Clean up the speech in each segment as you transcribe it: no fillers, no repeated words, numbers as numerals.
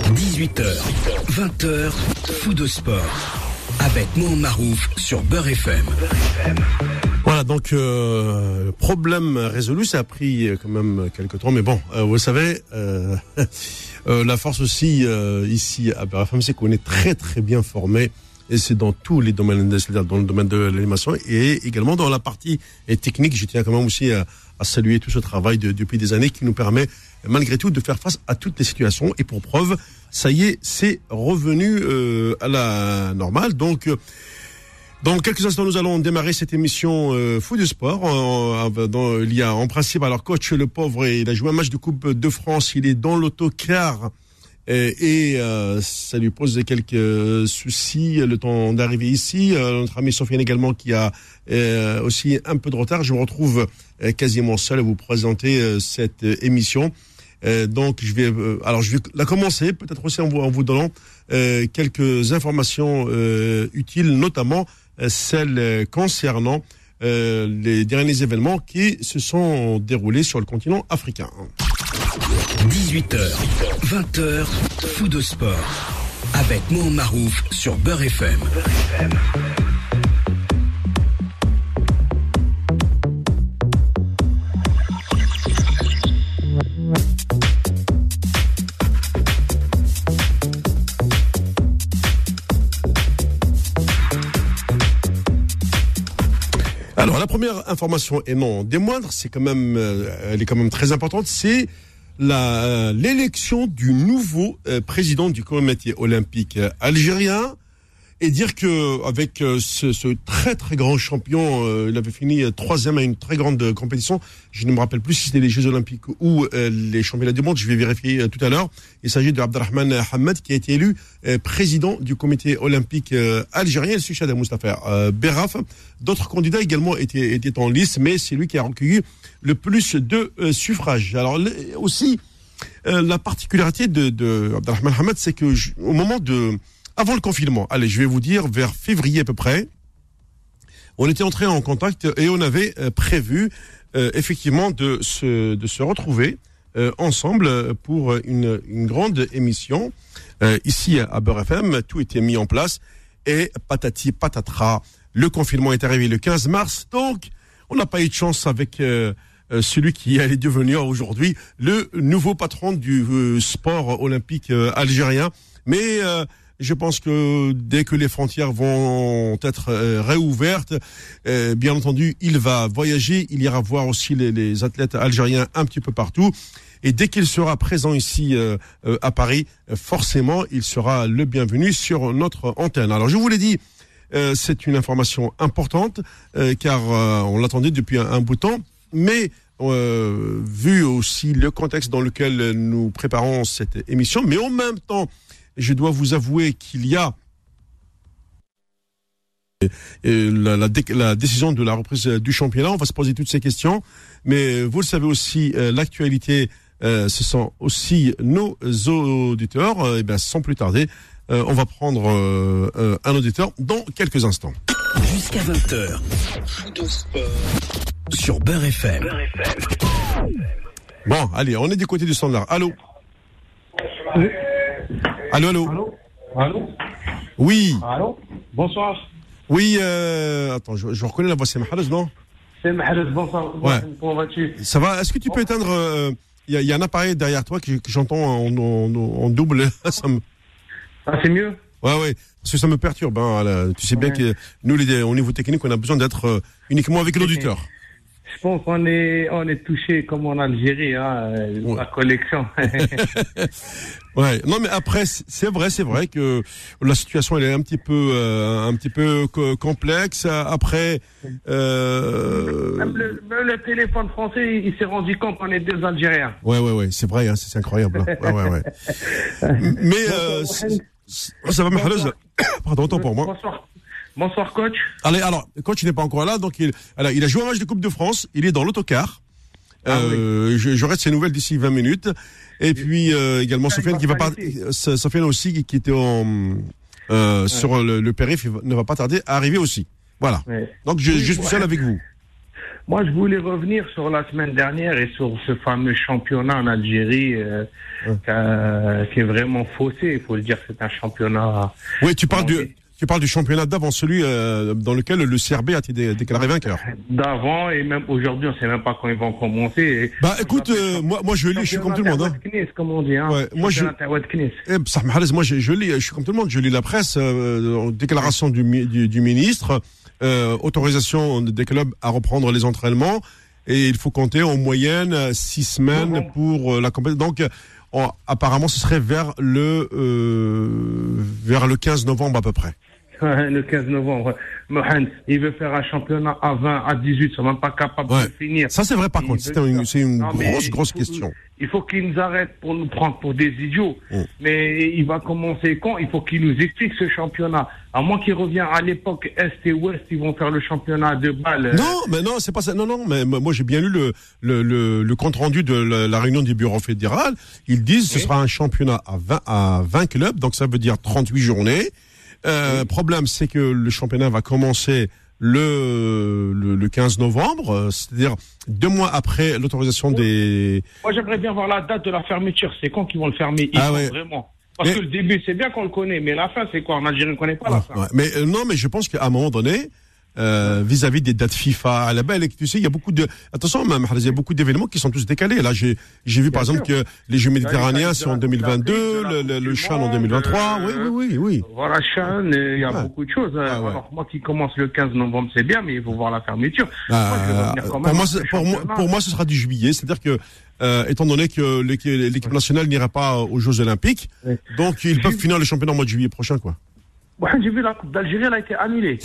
18h, 20h, Fou de Sport. Avec Mohamed Marouf sur Beurre FM. Voilà, donc problème résolu, ça a pris quand même quelques temps, mais bon, vous savez, la force aussi ici à Beurre FM, c'est qu'on est très très bien formé, et c'est dans tous les domaines, c'est-à-dire dans le domaine de l'animation et également dans la partie technique. Je tiens quand même aussi à saluer tout ce travail depuis des années qui nous permet malgré tout de faire face à toutes les situations. Et pour preuve, ça y est, c'est revenu à la normale. Donc, dans quelques instants, nous allons démarrer cette émission Fou du Sport. Il y a en principe, alors coach, le pauvre, il a joué un match de Coupe de France, il est dans l'autocar et ça lui pose quelques soucis le temps d'arriver ici. Notre ami Sofiane également qui a aussi un peu de retard. Je me retrouve quasiment seul à vous présenter cette émission. Donc je vais la commencer peut-être aussi en vous donnant quelques informations utiles, notamment celles concernant les derniers événements qui se sont déroulés sur le continent africain. 18h, 20h, Fou de Sport. Avec Mohamed Marouf sur Beurre FM. Alors la première information, et non des moindres, c'est quand même, elle est quand même très importante, c'est l'élection du nouveau président du comité olympique algérien, et dire que avec ce très très grand champion, il avait fini troisième à une très grande compétition. Je ne me rappelle plus si c'était les Jeux olympiques ou les championnats du monde. Je vais vérifier tout à l'heure. Il s'agit de Abdelrahman Hamad qui a été élu président du comité olympique algérien. Il succède à Moustapha Berraf. D'autres candidats également étaient en lice, mais c'est lui qui a recueilli le plus de suffrages. Alors aussi la particularité de Abdelrahman Hamad, c'est que au moment avant le confinement, allez, je vais vous dire, vers février à peu près, on était entré en contact et on avait prévu effectivement de se retrouver ensemble pour une grande émission ici à Beurre FM. Tout était mis en place et patati patatra, le confinement est arrivé le 15 mars, donc on n'a pas eu de chance avec celui qui allait devenir aujourd'hui le nouveau patron du sport olympique algérien. Mais je pense que dès que les frontières vont être réouvertes, bien entendu, il va voyager, il ira voir aussi les athlètes algériens un petit peu partout. Et dès qu'il sera présent ici à Paris, forcément, il sera le bienvenu sur notre antenne. Alors, je vous l'ai dit, c'est une information importante, car on l'attendait depuis un bout de temps, mais vu aussi le contexte dans lequel nous préparons cette émission, mais en même temps, je dois vous avouer qu'il y a la décision de la reprise du championnat. On va se poser toutes ces questions. Mais vous le savez aussi, l'actualité, ce sont aussi nos auditeurs. Et bien, sans plus tarder, on va prendre un auditeur dans quelques instants. Jusqu'à 20h, Fou de Sport sur Beurre FM. Bon, allez, on est du côté du standard. Allô? Allô, allô. Allô. Allô. Oui. Allô. Bonsoir. Oui, attends, je reconnais la voix, c'est Mahrez, non? C'est Mahrez, bonsoir. Ouais. Comment vas-tu? Ça va? Est-ce que tu peux éteindre, il y a un appareil derrière toi que j'entends en double. Ah, c'est mieux? Ouais, parce que ça me perturbe, hein, là. Tu sais bien que nous, au niveau technique, on a besoin d'être uniquement avec l'auditeur. Je pense qu'on est touché comme en Algérie, hein, la collection. Ouais, non mais après c'est vrai que la situation elle est un petit peu complexe. Après, Même le téléphone français, il s'est rendu compte qu'on est deux Algériens. Ouais, c'est vrai, hein, c'est incroyable. Hein. Ouais. Mais ça va, Mahrez. Pardon, autant pour moi. Bonsoir, coach. Allez, alors, coach n'est pas encore là, donc il a joué un match de Coupe de France. Il est dans l'autocar. Oui. J'aurai de ses nouvelles d'ici 20 minutes. Et puis également Sofiane qui va Sofiane aussi qui était sur le périph' ne va pas tarder à arriver aussi. Voilà. Ouais. Donc je suis seul avec vous. Moi, je voulais revenir sur la semaine dernière et sur ce fameux championnat en Algérie qui est vraiment faussé. Il faut le dire, c'est un championnat... Oui, tu parles du championnat d'avant, celui dans lequel le CRB a été déclaré vainqueur. D'avant, et même aujourd'hui, on ne sait même pas quand ils vont commencer. Écoute, moi je lis, je suis comme tout le monde. Comme on dit, hein. Ouais, moi je lis, je suis comme tout le monde, je lis la presse, déclaration du ministre, autorisation des clubs à reprendre les entraînements, et il faut compter en moyenne 6 semaines pour la compétition. Donc, apparemment, ce serait vers le 15 novembre à peu près. Le 15 novembre. Mohamed, il veut faire un championnat à 20, à 18, ils sont même pas capables de finir. Ça, c'est vrai, par contre. C'est une grosse question. Il faut qu'ils nous arrêtent pour nous prendre pour des idiots. Mais il va commencer quand? Il faut qu'il nous explique ce championnat. À moins qu'il revienne à l'époque Est et Ouest, ils vont faire le championnat de balle. Non, c'est pas ça. Non, mais moi, j'ai bien lu le compte rendu de la réunion du bureau fédéral. Ils disent que ce sera un championnat à 20 clubs, donc ça veut dire 38 journées. Problème, c'est que le championnat va commencer le 15 novembre, c'est-à-dire 2 mois après l'autorisation des... Moi, j'aimerais bien voir la date de la fermeture. C'est quand qu'ils vont le fermer vraiment? Parce que le début, c'est bien qu'on le connaît, mais la fin, c'est quoi? En Algérie, on ne connaît pas la fin. Mais je pense qu'à un moment donné, vis-à-vis des dates FIFA à la belle, tu sais, il y a beaucoup de... Attention, il y a beaucoup d'événements qui sont tous décalés. Là, j'ai vu, par exemple, que les Jeux méditerranéens, c'est en 2022, le CHAN en 2023. Oui. Voilà, CHAN, il y a beaucoup de choses. Alors, moi qui commence le 15 novembre, c'est bien, mais il faut voir la fermeture. Pour moi, ce sera du juillet. C'est-à-dire que, étant donné que l'équipe nationale n'ira pas aux Jeux Olympiques, donc ils peuvent finir le championnat au mois de juillet prochain, quoi. J'ai vu la Coupe d'Algérie, elle a été annulée.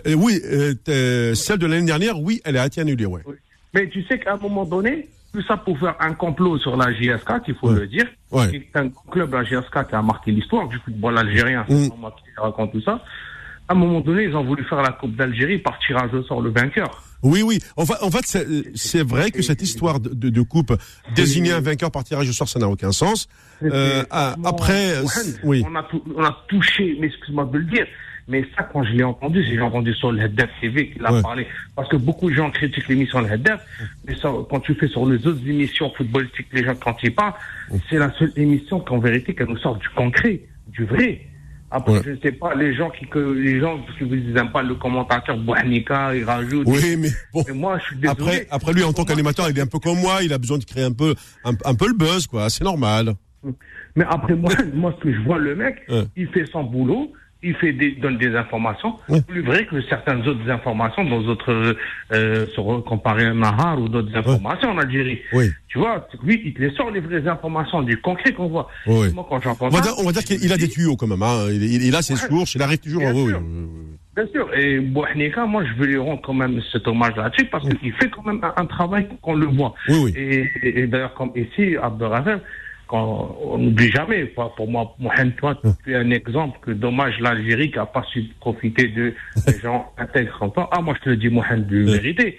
Celle de l'année dernière, oui, elle a été annulée, ouais. Oui. Mais tu sais qu'à un moment donné, tout ça pour faire un complot sur la JSK, il faut le dire. C'est un club, la JSK, qui a marqué l'histoire du football algérien. C'est pas moi qui raconte tout ça. À un moment donné, ils ont voulu faire la Coupe d'Algérie par tirage au sort le vainqueur. Oui. En fait, c'est vrai que cette histoire de coupe, désigner un vainqueur par tirage au sort, ça n'a aucun sens. Après, oui. On a touché, mais excuse-moi de le dire, mais ça, quand je l'ai entendu, j'ai entendu sur le Haddaf TV qu'il a parlé. Parce que beaucoup de gens critiquent l'émission le Haddaf, mais ça, quand tu fais sur les autres émissions footballistiques, les gens, quand ils parlent, c'est la seule émission qu'en vérité, qu'elle nous sort du concret, du vrai. Après, je ne sais pas, les gens qui vous n'aiment pas le commentateur Bouhnika, il rajoute. Oui, mais bon. Mais moi, je suis désolé. Après lui, en tant qu'animateur, il est un peu comme moi, il a besoin de créer un peu le buzz, quoi. C'est normal. Mais après, moi, ce que je vois, le mec, il fait son boulot, donne des informations, plus vraies que certaines autres informations dans d'autres, comparé à Nahar ou d'autres informations en Algérie. Oui. Tu vois, lui, il te sort les vraies informations, du concret qu'on voit. Oui. Moi, quand j'entends on va dire qu'il a des tuyaux quand même, hein. Il a ses sources, il arrive toujours. Bien sûr. Et Bouhnika, moi, je veux lui rendre quand même cet hommage là-dessus parce qu'il fait quand même un travail qu'on le voit. Oui. Et d'ailleurs, comme ici, Abdelrahman, on n'oublie jamais, pour moi, Mohamed, toi, tu es un exemple que dommage l'Algérie qui n'a pas su profiter de des gens intègres en temps. Moi, je te le dis, Mohamed, de vérité.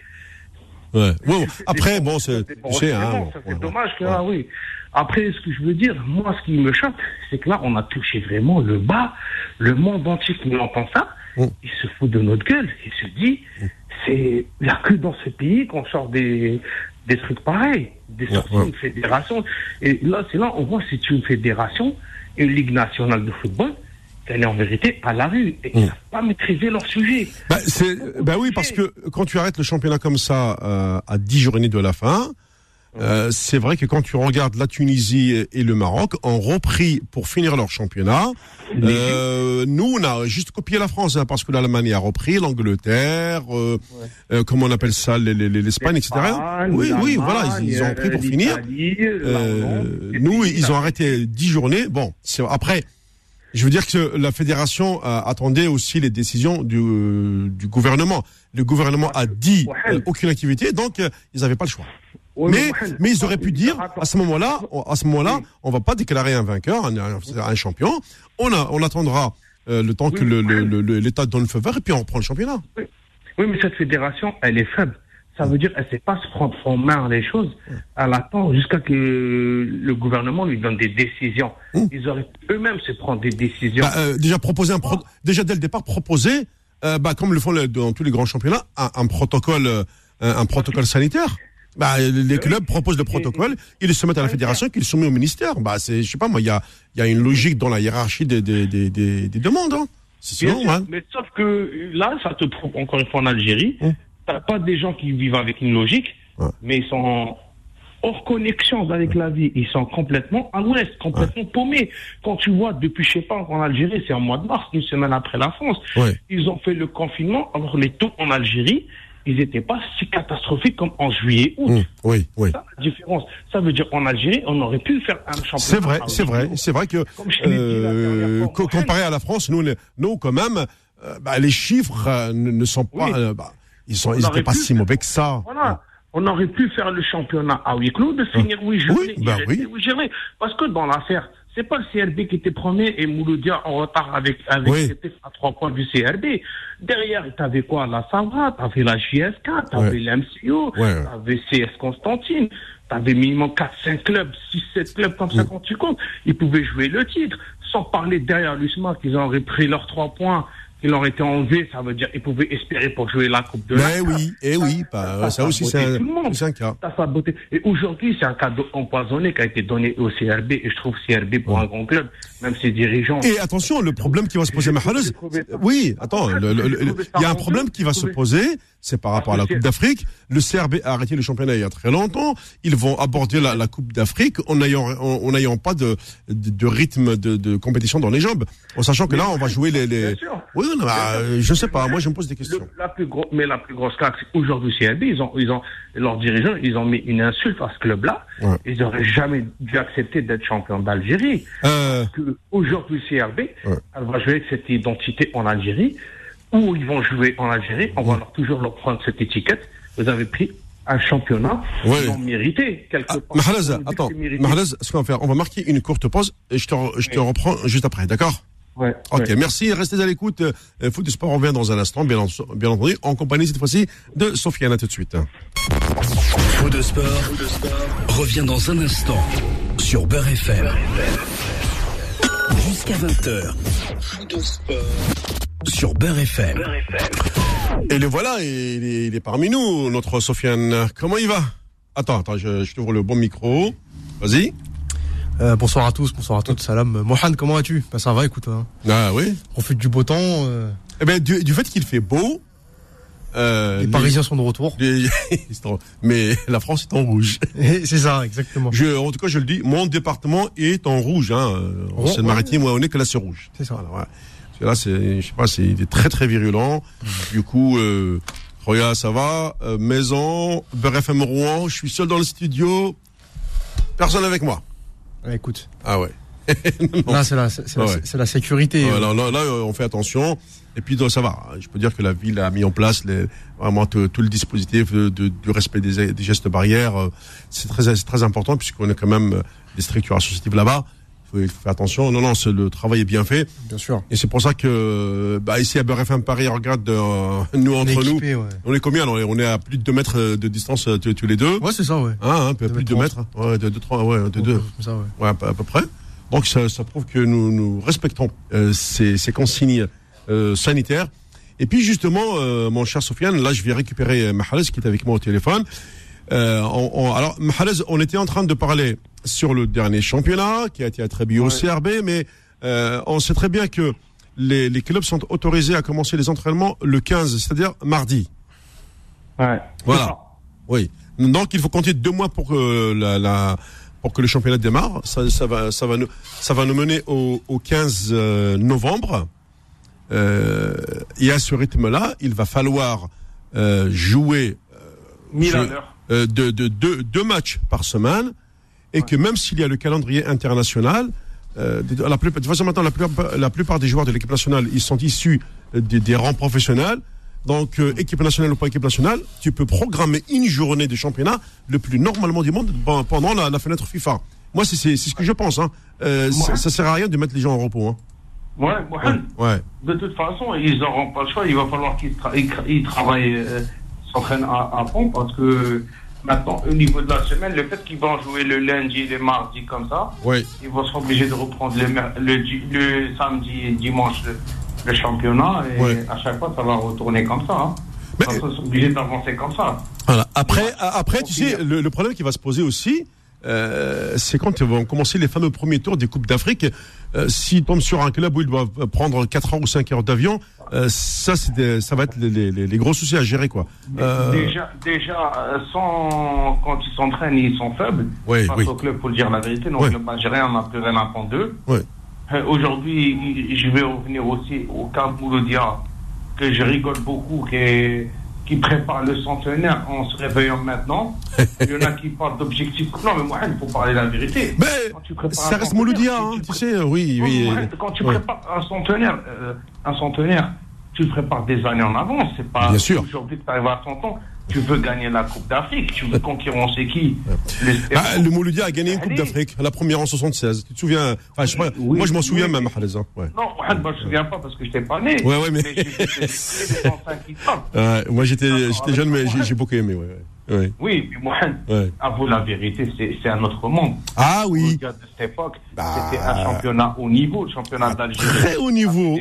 Après, bon, c'est dommage que, oui. Après, ce que je veux dire, moi, ce qui me choque, c'est que là, on a touché vraiment le bas. Le monde entier qui entend ça, il se fout de notre gueule. Il se dit, il n'y a que dans ce pays qu'on sort des trucs pareils, des sorties d'une fédération. Et là, on voit que c'est une fédération, une ligue nationale de football, qu'elle est en vérité à la rue. Et ils n'ont pas maîtrisé leur sujet. Oui, parce que quand tu arrêtes le championnat comme ça, à 10 journées de la fin, c'est vrai que quand tu regardes la Tunisie et le Maroc ont repris pour finir leur championnat. Nous, on a juste copié la France, parce que l'Allemagne a repris, l'Angleterre, comment on appelle ça, l'Espagne, etc. Oui, voilà, ils ont repris pour finir. Nous, ils ont arrêté 10 journées. Bon, après, je veux dire que la fédération attendait aussi les décisions du gouvernement. Le gouvernement a dit aucune activité, donc ils n'avaient pas le choix. Mais ils auraient pu dire à ce moment-là, on va pas déclarer un vainqueur, un champion. On attendra le temps que l'État donne le feu vert et puis on reprend le championnat. Oui, mais cette fédération, elle est faible. Ça veut dire qu'elle ne sait pas se prendre en main les choses. Elle attend jusqu'à que le gouvernement lui donne des décisions. Ils auraient eux-mêmes se prendre des décisions. Déjà dès le départ, proposer, comme le font dans tous les grands championnats, un protocole un protocole sanitaire. Bah, les clubs proposent le protocole, ils le soumettent à la fédération, qu'ils le soumettent au ministère. Bah, je sais pas, moi, il y a une logique dans la hiérarchie des demandes, hein. C'est normal. Mais sauf que là, ça te prouve encore une fois en Algérie, t'as pas des gens qui vivent avec une logique, mais ils sont hors connexion avec la vie. Ils sont complètement à l'ouest, complètement paumés. Quand tu vois, depuis, je sais pas, en Algérie, c'est en mois de mars, une semaine après la France, ils ont fait le confinement, alors les taux en Algérie, ils n'étaient pas si catastrophiques comme en juillet, août. Oui. C'est ça la différence. Ça veut dire en Algérie, on aurait pu faire un championnat. C'est vrai que comparé à la France, nous quand même, les chiffres ne sont pas, ils n'étaient pas si mauvais que ça. Voilà. On aurait pu faire le championnat à huis clos, de finir huit journées. Parce que dans l'affaire, c'est pas le CRB qui était premier et Mouloudia en retard avec à 3 points du CRB. Derrière, t'avais quoi? La Savra, t'avais la JSK, t'avais l'MCO, t'avais CS Constantine, t'avais minimum 4-5 clubs, 6-7 clubs comme ça quand tu comptes. Ils pouvaient jouer le titre. Sans parler derrière l'USMA qu'ils auraient pris leurs 3 points. Ils leur été enlevés, ça veut dire qu'ils pouvaient espérer pour jouer la Coupe de la CAF. Ça aussi, c'est un cas. Et aujourd'hui, c'est un cadeau empoisonné qui a été donné au CRB, et je trouve CRB pour un grand club, même ses dirigeants. Et attention, le problème qui va se poser, Mahrez, il y a un problème qui va se poser, c'est par rapport à la Coupe d'Afrique. Le CRB a arrêté le championnat il y a très longtemps. Ils vont aborder la Coupe d'Afrique en n'ayant pas de rythme de compétition dans les jambes. En sachant que là, on va jouer les... Oui, je sais pas. Moi, je me pose des questions. La plus grosse claque, c'est aujourd'hui CRB, ils ont leurs dirigeants, ils ont mis une insulte à ce club-là. Ils n'auraient jamais dû accepter d'être champion d'Algérie. Parce que aujourd'hui CRB, elle va jouer avec cette identité en Algérie, où ils vont jouer en Algérie. On va toujours leur prendre cette étiquette. Vous avez pris un championnat qu'ils ont mérité quelque part. Mahrez, ce qu'on va faire, on va marquer une courte pause et je te reprends juste après, d'accord? Merci, restez à l'écoute. Foot du Sport revient dans un instant, bien entendu, en compagnie cette fois-ci de Sofiane. À tout de suite. Foot de Sport revient dans un instant sur Beurre FM. Jusqu'à 20h. Foot de Sport sur Beurre FM. Et le voilà, il est parmi nous, notre Sofiane. Comment il va? Attends, je t'ouvre le bon micro. Vas-y. Bonsoir à tous, bonsoir à toutes, salam. Mohamed, comment vas-tu? Ça va, écoute. Ah oui. On fait du beau temps. Eh ben, du fait qu'il fait beau. Les Parisiens sont de retour. Mais la France est en rouge. C'est ça, exactement. En tout cas, je le dis, mon département est en rouge. En Seine-Maritime, on est que là, c'est rouge. C'est ça. Voilà, Parce que là, je sais pas, il est très très virulent. Du coup, regarde, ça va. Maison, Beurre FM Rouen, je suis seul dans le studio. Personne avec moi. Écoute. Ah ouais. Là, c'est la sécurité. Là, on fait attention. Et puis, ça va. Je peux dire que la ville a mis en place vraiment tout le dispositif du respect des gestes barrières. C'est très important puisqu'on a quand même des structures associatives là-bas. Il faut faire attention. Non, le travail est bien fait. Bien sûr. Et c'est pour ça que, ici à Beurre FM Paris, regarde, nous, entre nous. On est combien? On est à plus de 2 mètres de distance, tous les deux. Ouais, c'est ça, ouais. Plus de 2 mètres. Ouais, de 3, ouais, de 2. Ça, ouais. Ouais, à peu près. Donc, ça prouve que nous respectons, ces consignes, sanitaires. Et puis, justement, mon cher Sofiane, là, je vais récupérer Mahrez, qui est avec moi au téléphone. Alors, Mahrez, on était en train de parler sur le dernier championnat qui a été attribué au CRB, mais on sait très bien que les clubs sont autorisés à commencer les entraînements le 15, c'est-à-dire mardi. Ouais. Voilà. Oui. Donc il faut compter 2 mois pour que pour que le championnat démarre. Ça va nous mener au 15 novembre. Et à ce rythme-là, il va falloir jouer 1000 à l'heure. 2 matchs par semaine. Et que même s'il y a le calendrier international, de toute façon maintenant la plupart des joueurs de l'équipe nationale, ils sont issus des rangs professionnels. Donc équipe nationale ou pas équipe nationale, tu peux programmer une journée de championnat le plus normalement du monde pendant la fenêtre FIFA. Moi c'est ce que je pense. Ça sert à rien de mettre les gens en repos. Ouais. De toute façon, ils n'auront pas le choix. Il va falloir qu'ils travaillent, s'entraînent à fond parce que maintenant, au niveau de la semaine, le fait qu'ils vont jouer le lundi, le mardi comme ça, ils vont être obligés de reprendre le samedi et dimanche le championnat et à chaque fois, ça va retourner comme ça. Mais ils sont obligés d'avancer comme ça. Voilà. Après, tu sais, le problème qui va se poser aussi, c'est quand vont commencer les fameux premiers tours des Coupes d'Afrique. S'ils tombent sur un club où ils doivent prendre 4 heures ou 5 heures d'avion, ça va être les gros soucis à gérer, quoi. Déjà, quand ils s'entraînent, ils sont faibles. Face au club, pour le dire la vérité. Donc, le club algérien n'a plus rien à prendre d'eux. Aujourd'hui, je vais revenir aussi au cas de Mouloudia, que je rigole beaucoup, qui prépare le centenaire en se réveillant maintenant. Il y en a qui parlent d'objectifs. Non, mais moi, il faut parler la vérité. Mais ça reste Mouloudia, tu sais, oui. Quand tu prépares un centenaire, tu le prépares des années en avance. C'est pas aujourd'hui que tu arrives à 100 ans. Tu veux gagner la Coupe d'Afrique, tu veux concurrencer qui? Le Mouloudia a gagné une Coupe d'Afrique, la première en 76. Tu te souviens? Moi, je m'en souviens même, Khaleza. Non, moi, je ne me souviens pas parce que je n'étais pas né. Mais moi, j'étais jeune, mais j'ai beaucoup aimé. Oui, puis moi, avouez la vérité, c'est un autre monde. Ah oui. De cette époque, c'était un championnat haut niveau, le championnat d'Algérie. Très haut niveau.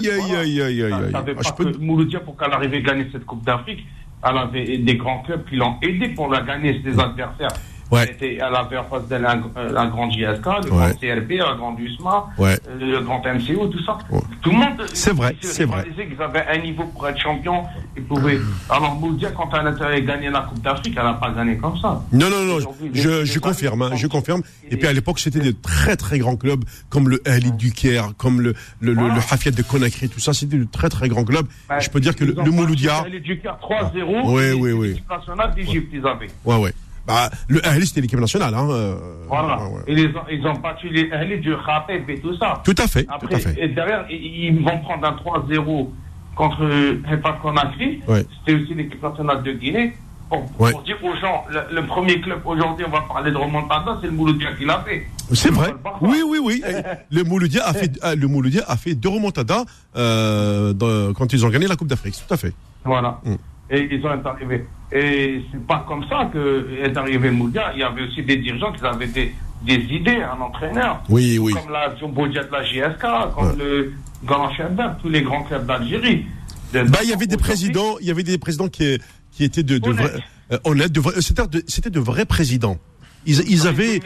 Mouloudia, pour qu'elle arrive à gagner cette Coupe d'Afrique, elle avait des grands clubs qui l'ont aidé pour la gagner, ses adversaires. Elle avait en face d'elle la grande JSK, le grand CRB, la grande USMA, le grand MCO, tout ça. Tout le monde c'est vrai. réalisait qu'ils avaient un niveau pour être champion. Ils pouvaient. Alors, Mouloudia, quand elle a gagné la Coupe d'Afrique, elle n'a pas gagné comme ça. Non, je confirme. Et puis à l'époque, c'était de très très grands clubs, comme le Ahli du Caire, comme le Hafiyat de Conakry, tout ça, c'était de très très grands clubs. Je peux dire que le Mouloudia. Le Ahli du Caire 3-0. Oui. L'équipe nationale d'Égypte, ils avaient. Ouais. Le Ahli, c'était l'équipe nationale. Voilà. Et ils ont battu les Ahli du Khateb et tout ça. Tout à fait. Et derrière, ils vont prendre un 3-0 contre Haifa Conakry. C'était aussi l'équipe nationale de Guinée. Pour dire aux gens, le premier club aujourd'hui, on va parler de remontada, c'est le Mouloudia qui l'a fait. C'est vrai. Oui. Le Mouloudia a fait 2 remontadas quand ils ont gagné la Coupe d'Afrique. Tout à fait. Voilà. Et ils sont arrivés. Et c'est pas comme ça qu'est arrivé Mouloudia. Il y avait aussi des dirigeants qui avaient des idées, un entraîneur. Oui. Comme la Jumbo-Jet de la JSK, comme le Grand Chenberg, tous les grands clubs d'Algérie. Il y avait des présidents qui étaient honnêtes, c'était de vrais présidents. Ils avaient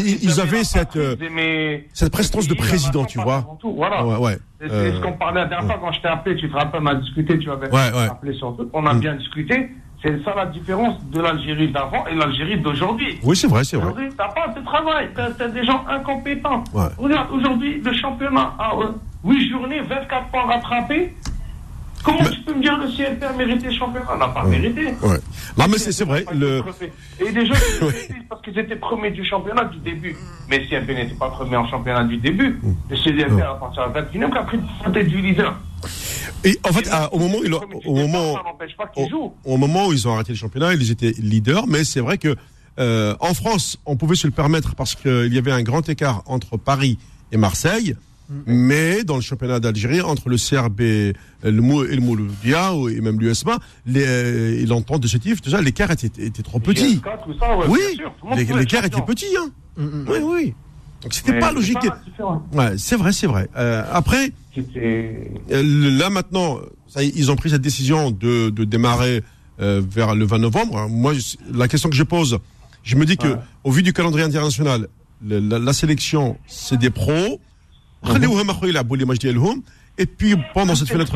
cette prestance de président, tu vois. Voilà. C'est ce qu'on parlait la dernière fois quand je t'ai appelé, tu te rappelles, on a discuté, tu avais appelé sur tout. On a bien discuté. C'est ça la différence de l'Algérie d'avant et l'Algérie d'aujourd'hui. Oui, c'est vrai. Aujourd'hui, t'as pas de travail, t'as des gens incompétents. Regarde, aujourd'hui, le championnat a 8 journées, 24 points rattrapés. Comment tu peux me dire le CNP a mérité le championnat? On n'a pas mérité. Non, mais c'est vrai. Et des gens qui méritent parce qu'ils étaient premiers du championnat du début. Mais le CNP n'était pas premier en championnat du début. Le CNP, à partir de la 21e, a pris le tête du leader. Et en fait, au moment où ils ont arrêté le championnat, ils étaient leaders. Mais c'est vrai que en France, on pouvait se le permettre parce qu'il y avait un grand écart entre Paris et Marseille. Mais dans le championnat d'Algérie, entre le CRB, le Mouloudia et même l'USMA, l'entente de ce type, tout ça, l'écart était trop petit. L'écart était petit. Oui. Donc c'était pas logique. C'est vrai. Après, là maintenant, ils ont pris cette décision de démarrer vers le 20 novembre. Moi, la question que je pose, je me dis que au vu du calendrier international, la sélection, c'est des pros. Et puis pendant cette fenêtre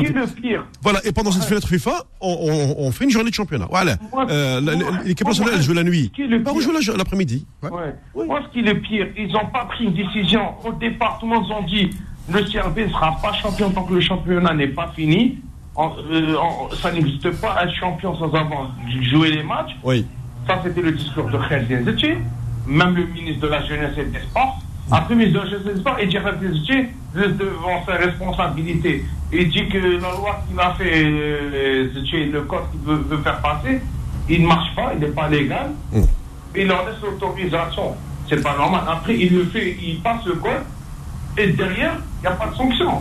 FIFA, on fait une journée de championnat. Voilà. L'équipe nationale joue la nuit. On joue l'après-midi. Moi, ce qui est le pire, ils n'ont pas pris une décision. Au départ, tout le monde a dit le CRB ne sera pas champion tant que le championnat n'est pas fini. Ça n'existe pas être champion sans avoir joué les matchs. Ça, c'était le discours de Khaled Zetchi, même le ministre de la Jeunesse et des Sports. Après, le ministre de la Jeunesse et des Sports, il dit Zetchi, devant ses responsabilités. Il dit que la loi qu'il a fait, Zetchi, le code qu'il veut faire passer, il ne marche pas, il n'est pas légal. Il en laisse l'autorisation. C'est pas normal. Après, il le fait, il passe le code, et derrière, il n'y a pas de sanction.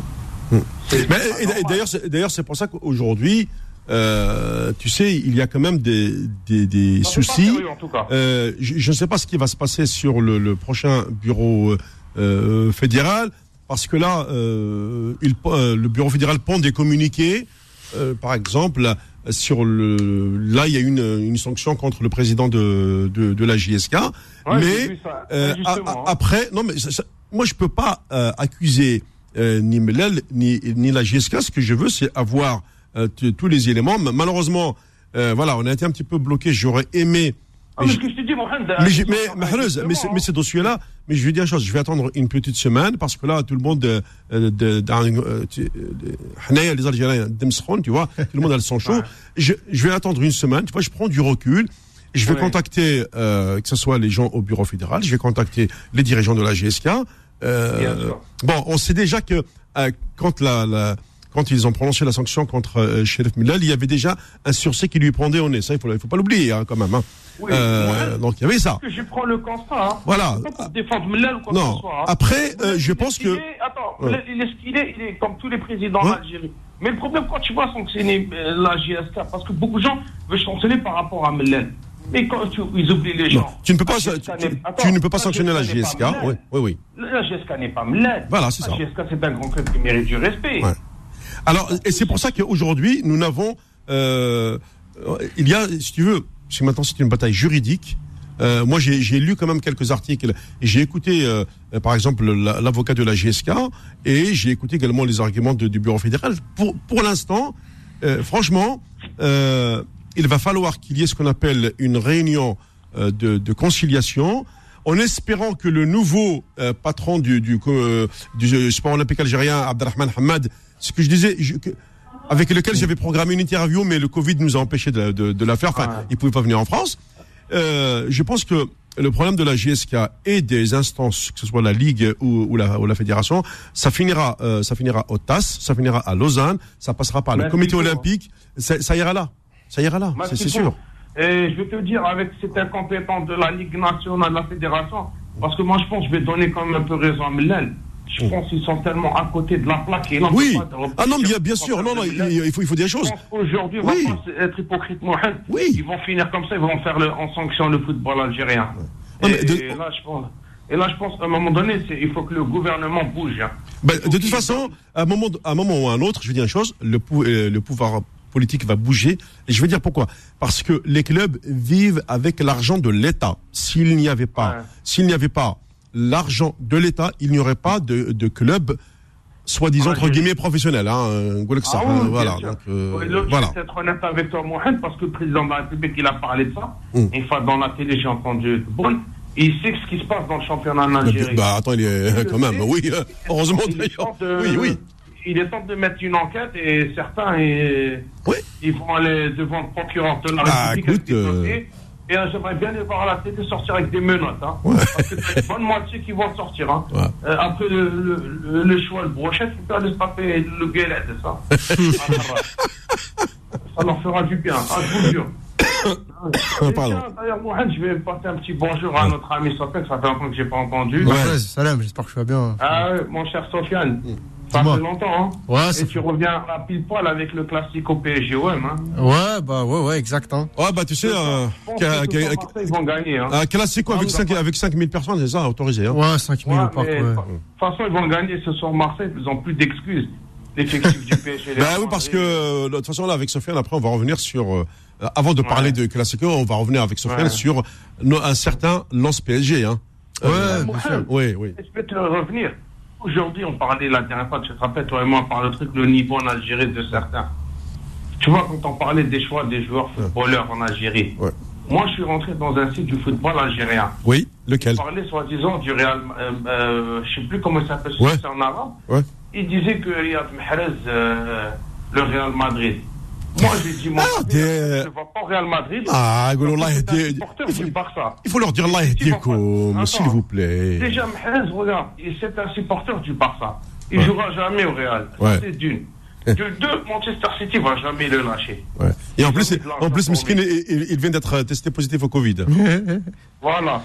D'ailleurs, c'est pour ça qu'aujourd'hui, tu sais, il y a quand même des soucis. Sérieux, en tout cas. Je ne sais pas ce qui va se passer sur le prochain bureau fédéral, parce que là, le bureau fédéral pond des communiqués, par exemple, là il y a une sanction contre le président de la JSK, mais après non mais moi je peux pas accuser ni Mellal ni la JSK. Ce que je veux, c'est avoir tous les éléments. Malheureusement, voilà, on a été un petit peu bloqué. J'aurais aimé. Mais ce que je te dis, Mohamed, mais ces dossiers-là, mais je vais dire une chose, je vais attendre une petite semaine parce que là, tout le monde, les Algériens, tu vois, tout le monde a le sang chaud. Je vais attendre une semaine, tu vois, je prends du recul. Je vais contacter, que ce soit les gens au bureau fédéral, je vais contacter les dirigeants de la GSK. Bon, on sait déjà que quand ils ont prononcé la sanction contre Cherif Mellal, il y avait déjà un sursis qui lui pendait au nez. Ça, il faut pas l'oublier, hein, quand même. Hein. Oui, donc il y avait ça. Je prends le constat. Hein. Voilà. Pas pour défendre Mellal ou quoi que ce soit. Hein. Après, je pense que. Il est ce qu'il est. Il est comme tous les présidents d'Algérie. Mais le problème, quand tu vas sanctionner la JSK, parce que beaucoup de gens veulent sanctionner par rapport à Mellal. Mais quand ils oublient les gens. Non, tu ne peux pas sanctionner la JSK. Oui. La JSK n'est pas Mellal. Voilà, c'est ça. La JSK, c'est un grand club qui mérite du respect. Ouais. Alors, et c'est pour ça qu'aujourd'hui, nous n'avons, il y a, si tu veux, parce que maintenant c'est une bataille juridique. Moi, j'ai lu quand même quelques articles et j'ai écouté, par exemple, l'avocat de la GSK et j'ai écouté également les arguments du bureau fédéral. Pour l'instant, franchement, il va falloir qu'il y ait ce qu'on appelle une réunion de conciliation, en espérant que le nouveau patron du sport olympique algérien, Abdelrahman Hamad, ce que je disais, avec lequel j'avais programmé une interview, mais le Covid nous a empêché de la faire. Enfin, il pouvait pas venir en France. Je pense que le problème de la GSK et des instances, que ce soit la Ligue ou la Fédération, ça finira au TAS, ça finira à Lausanne, ça passera par le Comité olympique, ça ira là. Ça ira là, c'est sûr. Et je vais te dire, avec cette incompétence de la Ligue nationale, de la Fédération, parce que moi je pense que je vais donner quand même un peu raison à Mellal. Je pense qu'ils sont tellement à côté de la plaque. Et oui. Non, bien sûr. Non, il faut des choses. Je pense qu'aujourd'hui, on va pas être hypocrite, Mohamed. Oui. Ils vont finir comme ça, ils vont faire en sanction le football algérien. Et là, je pense qu'à un moment donné, il faut que le gouvernement bouge. Hein. De toute façon, à un moment ou à un autre, je vais dire une chose, le pouvoir politique va bouger. Et je vais dire pourquoi. Parce que les clubs vivent avec l'argent de l'État. S'il n'y avait pas l'argent de l'État, il n'y aurait pas de club, soi-disant, entre guillemets, professionnel. Voilà. Je vais être honnête avec toi, Mohamed, parce que le président de la République, il a parlé de ça. Une fois dans la télé, j'ai entendu. Bon, il sait ce qui se passe dans le championnat en Algérie. Attends, il est quand même, oui, heureusement d'ailleurs. Oui. Il est temps de mettre une enquête et certains, ils vont aller devant le procureur de la République. Et j'aimerais bien les voir à la télé sortir avec des menottes. Hein, parce que c'est une bonne moitié qui vont sortir. Hein. Après le choix, le brochet, tu peux aller se taper le guélet, c'est ça. Ça leur fera du bien, je vous jure. D'ailleurs, Mohamed, je vais passer un petit bonjour à notre ami Sofiane, ça fait longtemps que je n'ai pas entendu. Salam, j'espère que tu vas bien. Mon cher Sofiane. Ça fait longtemps, hein. Et tu reviens à pile poil avec le classique au PSG-OM, hein. Ouais, exact, hein. Tu sais, ils vont gagner, hein. Classico avec 5000 personnes, c'est ça, autorisé, hein. Ouais, 5000 au parc, De toute façon, ils vont gagner ce soir Marseille, ils n'ont plus d'excuses. L'effectif du PSG. Oui, parce que, de toute façon, là, avec Sofiane, après, on va revenir sur, avant de parler de Classico, on va revenir avec Sofiane sur un certain Lens PSG, hein. Bien sûr. Oui. Je vais te revenir. Aujourd'hui, on parlait la dernière fois, tu te rappelles, toi et moi, par le truc, le niveau en Algérie de certains. Tu vois, quand on parlait des choix des joueurs footballeurs en Algérie, moi, je suis rentré dans un site du football algérien. Oui, lequel? Il parlait, soi-disant, du Real, je sais plus comment il s'appelle, c'est en arabe. Il disait que Riyad Mahrez, le Real Madrid. Moi, j'ai dit, je ne vois pas au Real Madrid. Il faut leur dire Allah yahdikum, s'il vous plaît. Déjà, Mahrez, regarde, c'est un supporter du Barça. Il ne jouera jamais au Real. C'est d'une. De deux, Manchester City ne va jamais le lâcher. Et en plus, Miskin, il vient d'être testé positif au Covid. Voilà.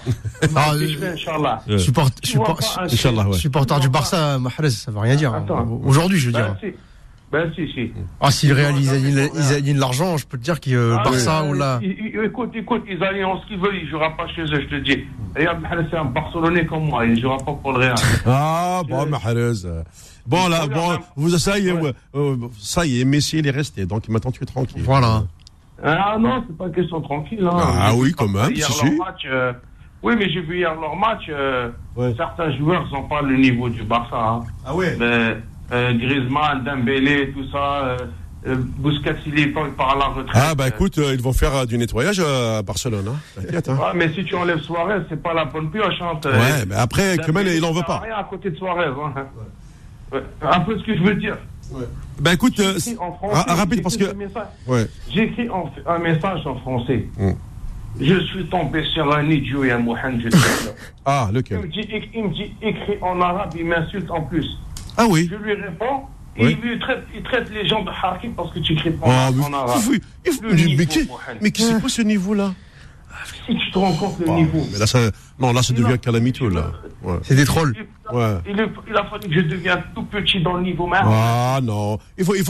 Supporter du Barça, Mahrez, ça ne veut rien dire. Aujourd'hui, je veux dire. Si. S'ils alignent l'argent, je peux te dire que Barça ou là. Écoute, ils alignent ce qu'ils veulent, ils ne joueront pas chez eux, je te dis. Regarde, Mahrez, c'est un Barcelonais comme moi, il ne jouera pas pour le Real. Ah, bon, Mahrez. Bon, là, bon, ça y est, Messi, il est resté, donc maintenant tu es tranquille. Voilà. Ah non, c'est pas une question tranquille. Hein. Ah oui, quand même, hier si. Leur match, oui, mais j'ai vu hier leur match, certains joueurs n'ont pas le niveau du Barça. Hein. Ah ouais. Griezmann, Dembélé, tout ça, Busquets, il part à la retraite. Ah bah écoute, ils vont faire du nettoyage à Barcelone, hein. T'inquiète, hein. Ouais, mais si tu enlèves Suarez, c'est pas la bonne pioche, hein. Ouais, mais après, Kemal, il en veut pas. Rien à côté de Suarez, hein. Ouais. Un peu ce que je veux dire. Ouais. Bah écoute, rapide parce que. Ouais. J'ai écrit un message en français. Je suis tombé sur un idiot et un Mohamed. Ah, lequel? Il me dit écrit en arabe, il m'insulte en plus. Ah oui. Je lui réponds. Et il traite les gens de Harki parce que tu écris en arabe. Mais c'est quoi ce niveau-là? Si tu te rends compte le niveau. Mais là, ça devient calamiteux, là. Ouais. C'est des trolls. Ouais. Il a fallu que je devienne tout petit dans le niveau même. Ah non. Il ne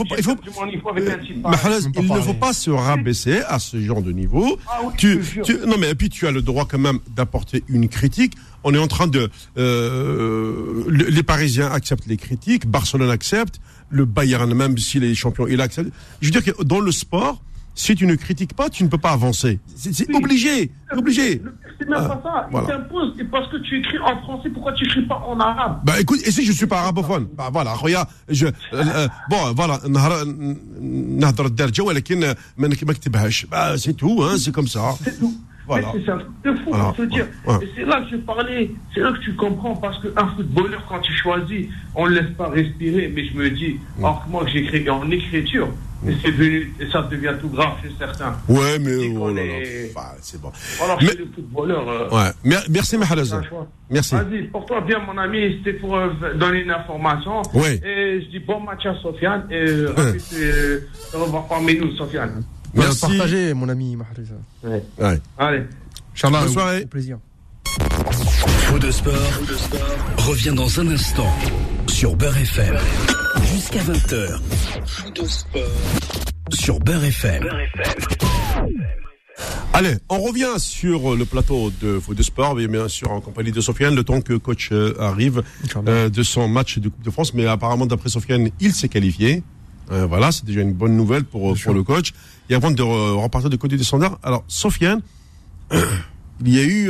faut pas se rabaisser à ce genre de niveau. Ah, oui, non, mais et puis tu as le droit quand même d'apporter une critique. On est en train de... les Parisiens acceptent les critiques, Barcelone accepte, le Bayern, même s'il est champion, il accepte. Je veux dire que dans le sport, si tu ne critiques pas, tu ne peux pas avancer. C'est obligé. C'est même pas ça. Il t'impose. Et parce que tu écris en français, pourquoi tu écris pas en arabe? Bah écoute, et si je suis pas arabophone? Bah voilà, regarde, bon, voilà, c'est tout, hein, c'est comme ça. C'est tout. Voilà. Mais c'est un truc de fou, voilà. Je veux dire. Et c'est là que je parlais, c'est là que tu comprends, parce qu'un footballeur, quand tu choisis, on ne laisse pas respirer, mais je me dis, alors que moi que j'écris en écriture, et c'est venu, et ça devient tout grave chez certains. Ouais, mais c'est bon. Alors chez le footballeur. Ouais. Merci, Mahrez. Merci. Vas-y, porte-toi bien, mon ami, c'était pour donner une information. Ouais. Et je dis bon match à Sofiane, et on va revoir parmi nous, Sofiane. Merci. Partagez, mon ami Mahrez. Ouais. Allez. Inch'Allah, bonne soirée. Au plaisir. Faux de sport revient dans un instant sur Beurre FM. Jusqu'à 20h. Faux de sport sur Beurre FM. Allez, on revient sur le plateau de Faux de sport, bien sûr en compagnie de Sofiane, le temps que coach arrive de son match de Coupe de France. Mais apparemment, d'après Sofiane, il s'est qualifié. Voilà, c'est déjà une bonne nouvelle pour le coach. Et avant de repartir de côté des standards, alors Sofiane, il y a eu,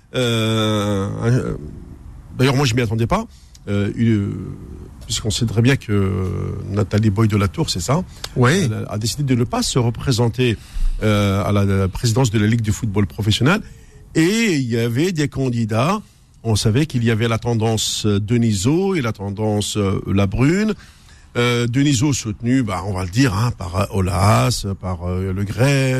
d'ailleurs moi je m'y attendais pas, puisqu'on sait très bien que Nathalie Boy de la Tour, c'est ça, elle a décidé de ne pas se représenter à la présidence de la Ligue de football professionnel. Et il y avait des candidats. On savait qu'il y avait la tendance Denisot et la tendance Labrune. Denisot soutenu, on va le dire, hein, par Olas, par Le Gret,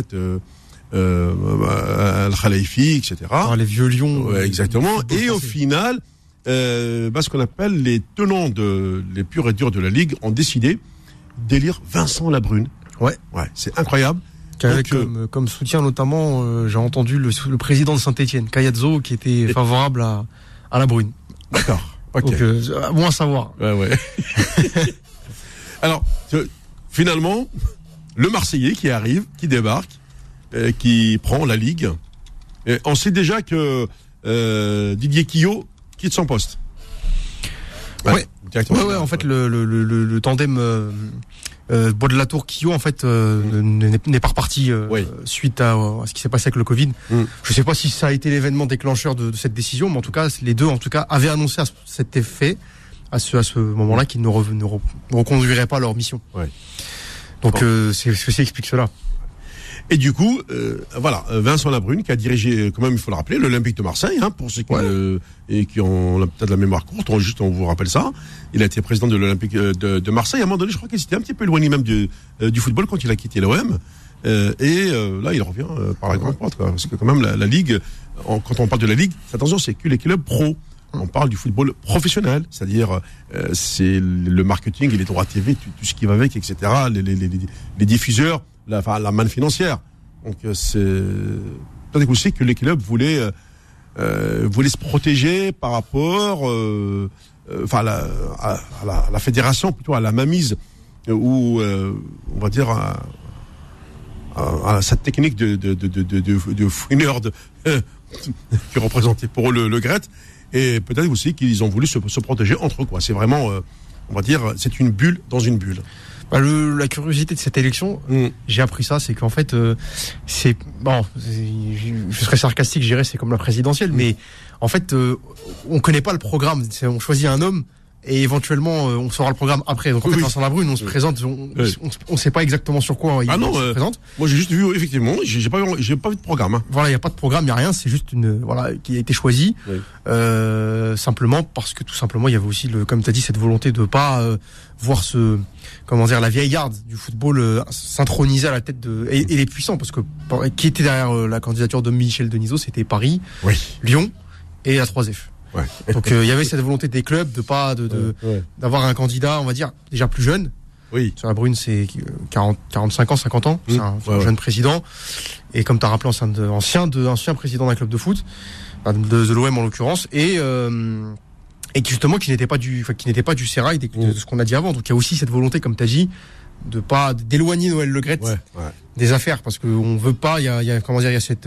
Al-Khalifi, etc. Par les vieux lions. Exactement. Et au final, ce qu'on appelle les tenants les purs et durs de la Ligue ont décidé d'élire Vincent Labrune. Ouais, c'est incroyable. Avec comme soutien notamment, j'ai entendu le président de Saint-Etienne, Cayazzo, qui était favorable à Labrune. D'accord. Okay. Donc, bon à savoir. Ouais. Alors, finalement, le Marseillais qui arrive, qui débarque, qui prend la Ligue. Et on sait déjà que Didier Quillot quitte son poste. Ouais, en fait, le tandem Bois de la Tour Quillot, en fait, n'est pas reparti suite à ce qui s'est passé avec le Covid. Je sais pas si ça a été l'événement déclencheur de cette décision, mais en tout cas, les deux, avaient annoncé cet effet à ce moment-là qu'ils ne reconduiraient pas leur mission. Ouais. Donc c'est ce qui explique cela. Et du coup, Vincent Labrune qui a dirigé, quand même, il faut le rappeler, l'Olympique de Marseille, hein, pour ceux qui ont peut-être la mémoire courte, on vous rappelle ça. Il a été président de l'Olympique de Marseille. À un moment donné, je crois qu'il s'était un petit peu éloigné même du football quand il a quitté l'OM. Là, il revient par la grande porte, parce que quand même la Ligue, quand on parle de la Ligue, attention, c'est que les clubs pro. On parle du football professionnel, c'est-à-dire c'est le marketing et les droits TV, tout ce qui va avec, etc. Les diffuseurs, la manne financière. Donc c'est peut-être aussi que les clubs voulaient se protéger par rapport à la fédération, plutôt à la mainmise, ou on va dire à cette technique de fouineur qui représentait pour eux le GRET, et peut-être aussi qu'ils ont voulu se protéger entre eux, quoi. C'est vraiment, on va dire, c'est une bulle dans une bulle. La curiosité de cette élection, j'ai appris ça, c'est qu'en fait, je serais sarcastique, je dirais, c'est comme la présidentielle, mais en fait, on connaît pas le programme. On choisit un homme et éventuellement, on saura le programme après. Donc en fait, Vincent Labrune, on se présente, on sait pas exactement sur quoi il se présente. Moi, j'ai juste vu, effectivement, j'ai pas vu de programme. Hein. Voilà, il y a pas de programme, il y a rien, c'est juste qui a été choisi, simplement parce que tout simplement, il y avait aussi comme tu as dit, cette volonté de pas voir la vieille garde du football s'introniser à la tête et les puissants, parce que qui était derrière la candidature de Michel Denisot, c'était Paris, Lyon et la 3F. Ouais. Donc il y avait cette volonté des clubs d'avoir un candidat, on va dire, déjà plus jeune. Oui. Sur la Brune, c'est 45 ans, 50 ans, c'est un jeune président. Et comme tu as rappelé, ancien président d'un club de foot, de l'OM en l'occurrence, et justement qui n'était pas du sérail de ce qu'on a dit avant. Donc il y a aussi cette volonté, comme tu as dit, d'éloigner Noël Le Graët des affaires, parce que on veut pas, il y a cette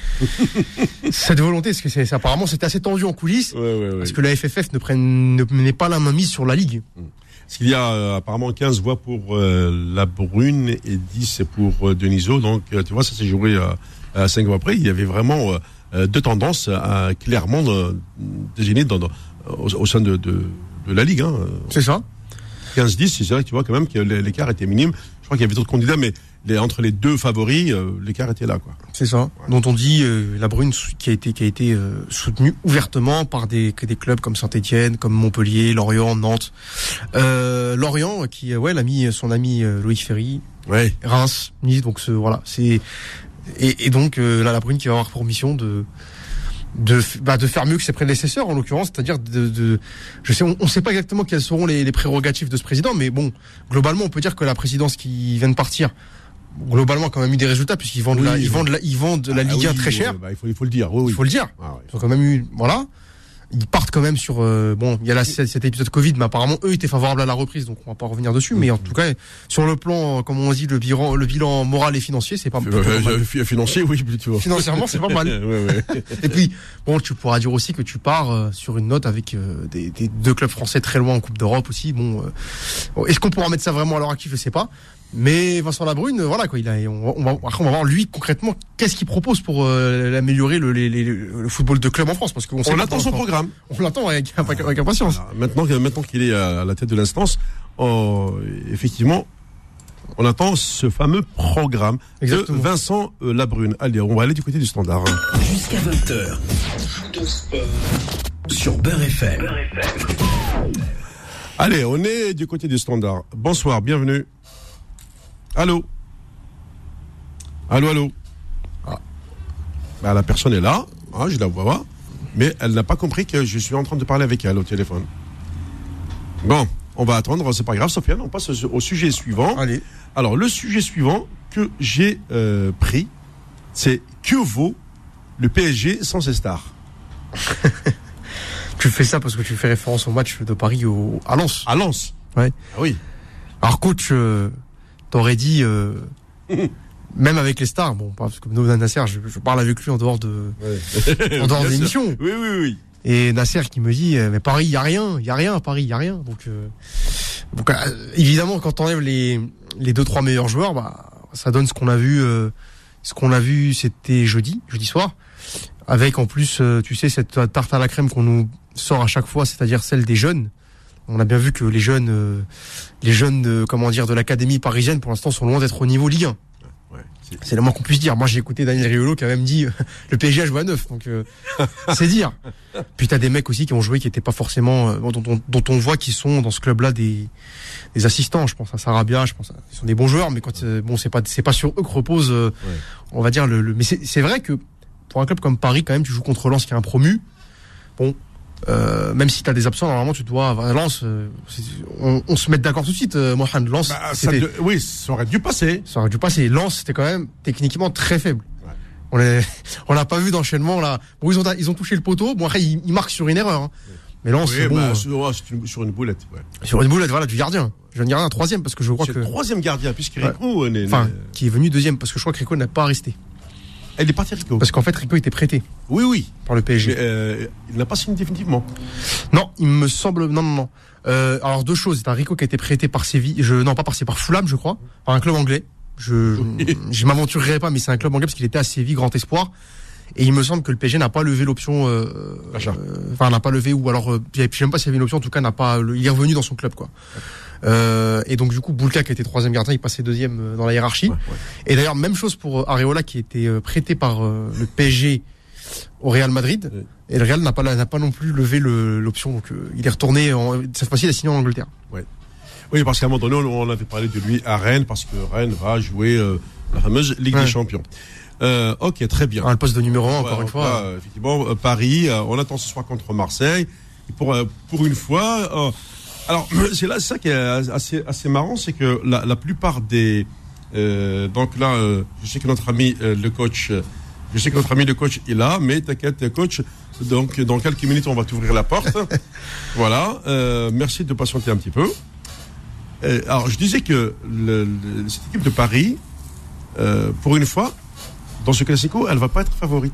cette volonté, parce que apparemment c'était assez tendu en coulisses, parce que la FFF n'est pas la main mise sur la ligue. Parce qu'il y a apparemment 15 voix pour la Brune et 10 pour Denisot, donc tu vois, ça s'est joué à 5 voix près. Il y avait vraiment deux tendances clairement désignées au sein de la ligue. Hein. C'est ça. 15-10, c'est vrai que tu vois quand même que l'écart était minime. Je crois qu'il y avait d'autres candidats, mais entre les deux favoris, l'écart était là, quoi. C'est ça. Ouais. Dont on dit la Brune qui a été soutenue ouvertement par des clubs comme Saint-Étienne, comme Montpellier, Lorient, Nantes. Lorient qui l'a mis son ami Loïc Ferry. Ouais. Reims, Nice, donc c'est et donc là la Brune qui va avoir pour mission de faire mieux que ses prédécesseurs, en l'occurrence, c'est-à-dire on sait pas exactement quelles seront les prérogatives de ce président, mais bon, globalement, on peut dire que la présidence qui vient de partir, globalement, a quand même eu des résultats, puisqu'ils vendent ils vendent la Ligue 1 très cher. Il faut le dire. Oui. Il faut le dire. Ils ont quand même eu, ils partent quand même sur il y a cet épisode Covid, mais apparemment eux étaient favorables à la reprise, donc on va pas revenir dessus, mais en tout cas sur le plan, comme on dit, le bilan moral et financier, c'est pas mal. Financier, oui, tu vois. Financièrement, c'est pas mal. Et puis tu pourras dire aussi que tu pars sur une note avec des deux clubs français très loin en Coupe d'Europe aussi. Est-ce qu'on pourra mettre ça vraiment à leur actif, je sais pas. Mais Vincent Labrune, on va voir lui concrètement qu'est-ce qu'il propose pour améliorer le football de club en France, parce qu'on attend son programme. On l'attend avec impatience. Maintenant qu'il est à la tête de l'instance, effectivement, on attend ce fameux programme. Exactement. De Vincent Labrune. Allez, on va aller du côté du Standard. Jusqu'à 20h. Sur Beurre FM. Allez, on est du côté du Standard. Bonsoir, bienvenue. Allô. La personne est là, je la vois, mais elle n'a pas compris que je suis en train de parler avec elle au téléphone. Bon, on va attendre, c'est pas grave, Sofiane, on passe au sujet suivant. Allez. Alors, le sujet suivant que j'ai pris, c'est que vaut le PSG sans ses stars. Tu fais ça parce que tu fais référence au match de Paris à Lens. À Lens. Ouais. Ah oui. Alors, coach, t'aurais dit, même avec les stars, parce que Nasser, je parle avec lui en dehors en dehors de l'émission. Oui. Et Nasser qui me dit, mais Paris, il y a rien à Paris, il y a rien. Donc évidemment, quand t'enlèves les 2-3 meilleurs joueurs, ça donne ce qu'on a vu, c'était jeudi soir, avec en plus, tu sais, cette tarte à la crème qu'on nous sort à chaque fois, c'est-à-dire celle des jeunes. On a bien vu que les jeunes de l'académie parisienne, pour l'instant, sont loin d'être au niveau Ligue 1. C'est le moins qu'on puisse dire. Moi, j'ai écouté Daniel Riolo qui a même dit le PSG a joué à 9. Donc, c'est dire. Puis t'as des mecs aussi qui ont joué qui étaient pas forcément, dont on voit qu'ils sont dans ce club-là des assistants. Je pense à Sarabia, ils sont des bons joueurs, mais quand c'est pas sur eux que repose, on va dire mais c'est vrai que pour un club comme Paris, quand même, tu joues contre Lens qui est un promu. Même si tu as des absents, normalement tu dois Lens, on se met d'accord tout de suite, Mohamed. Lens, oui, ça aurait dû passer. Lens, c'était quand même techniquement très faible. On l'a pas vu d'enchaînement là. Bon, ils ont touché le poteau. Bon, après ils marquent sur une erreur. Hein. Mais Lens, sur une boulette. Ouais. Sur une boulette, voilà, du gardien. Je viens de dire un troisième parce que je crois que le troisième gardien, puisque Rico, qui est venu deuxième parce que je crois que Rico n'a pas resté. Elle est partie Rico. Parce qu'en fait, Rico était prêté. Oui. Par le PSG. Mais, il n'a pas signé définitivement. Non, il me semble, non. Alors, deux choses. C'est un Rico qui a été prêté par Séville, par Fulham, je crois. Par un club anglais. Je m'aventurerai pas, mais c'est un club anglais parce qu'il était à Séville, grand espoir. Et il me semble que le PSG n'a pas levé l'option, n'a pas levé, ou alors, je sais même pas s'il y avait une option, en tout cas, il est revenu dans son club, quoi. Et donc, du coup, Boulka, qui était 3e gardien, il passait 2e dans la hiérarchie. Ouais. Et d'ailleurs, même chose pour Areola, qui était prêté par le PSG au Real Madrid. Ouais. Et le Real n'a pas non plus levé l'option. Donc, il est retourné, cette fois-ci, il a signé en Angleterre. Ouais. Oui, parce qu'à un moment donné, on avait parlé de lui à Rennes, parce que Rennes va jouer la fameuse Ligue des Champions. Ok, très bien. Le poste de numéro 1, encore une fois. Effectivement, Paris, on attend ce soir contre Marseille. Et pour une fois, alors c'est ça qui est assez marrant, c'est que la plupart des donc là, je sais que notre ami le coach est là, mais t'inquiète, coach. Donc dans quelques minutes, on va t'ouvrir la porte. Voilà. Merci de patienter un petit peu. Alors je disais que cette équipe de Paris, pour une fois, dans ce Classico, elle va pas être favorite.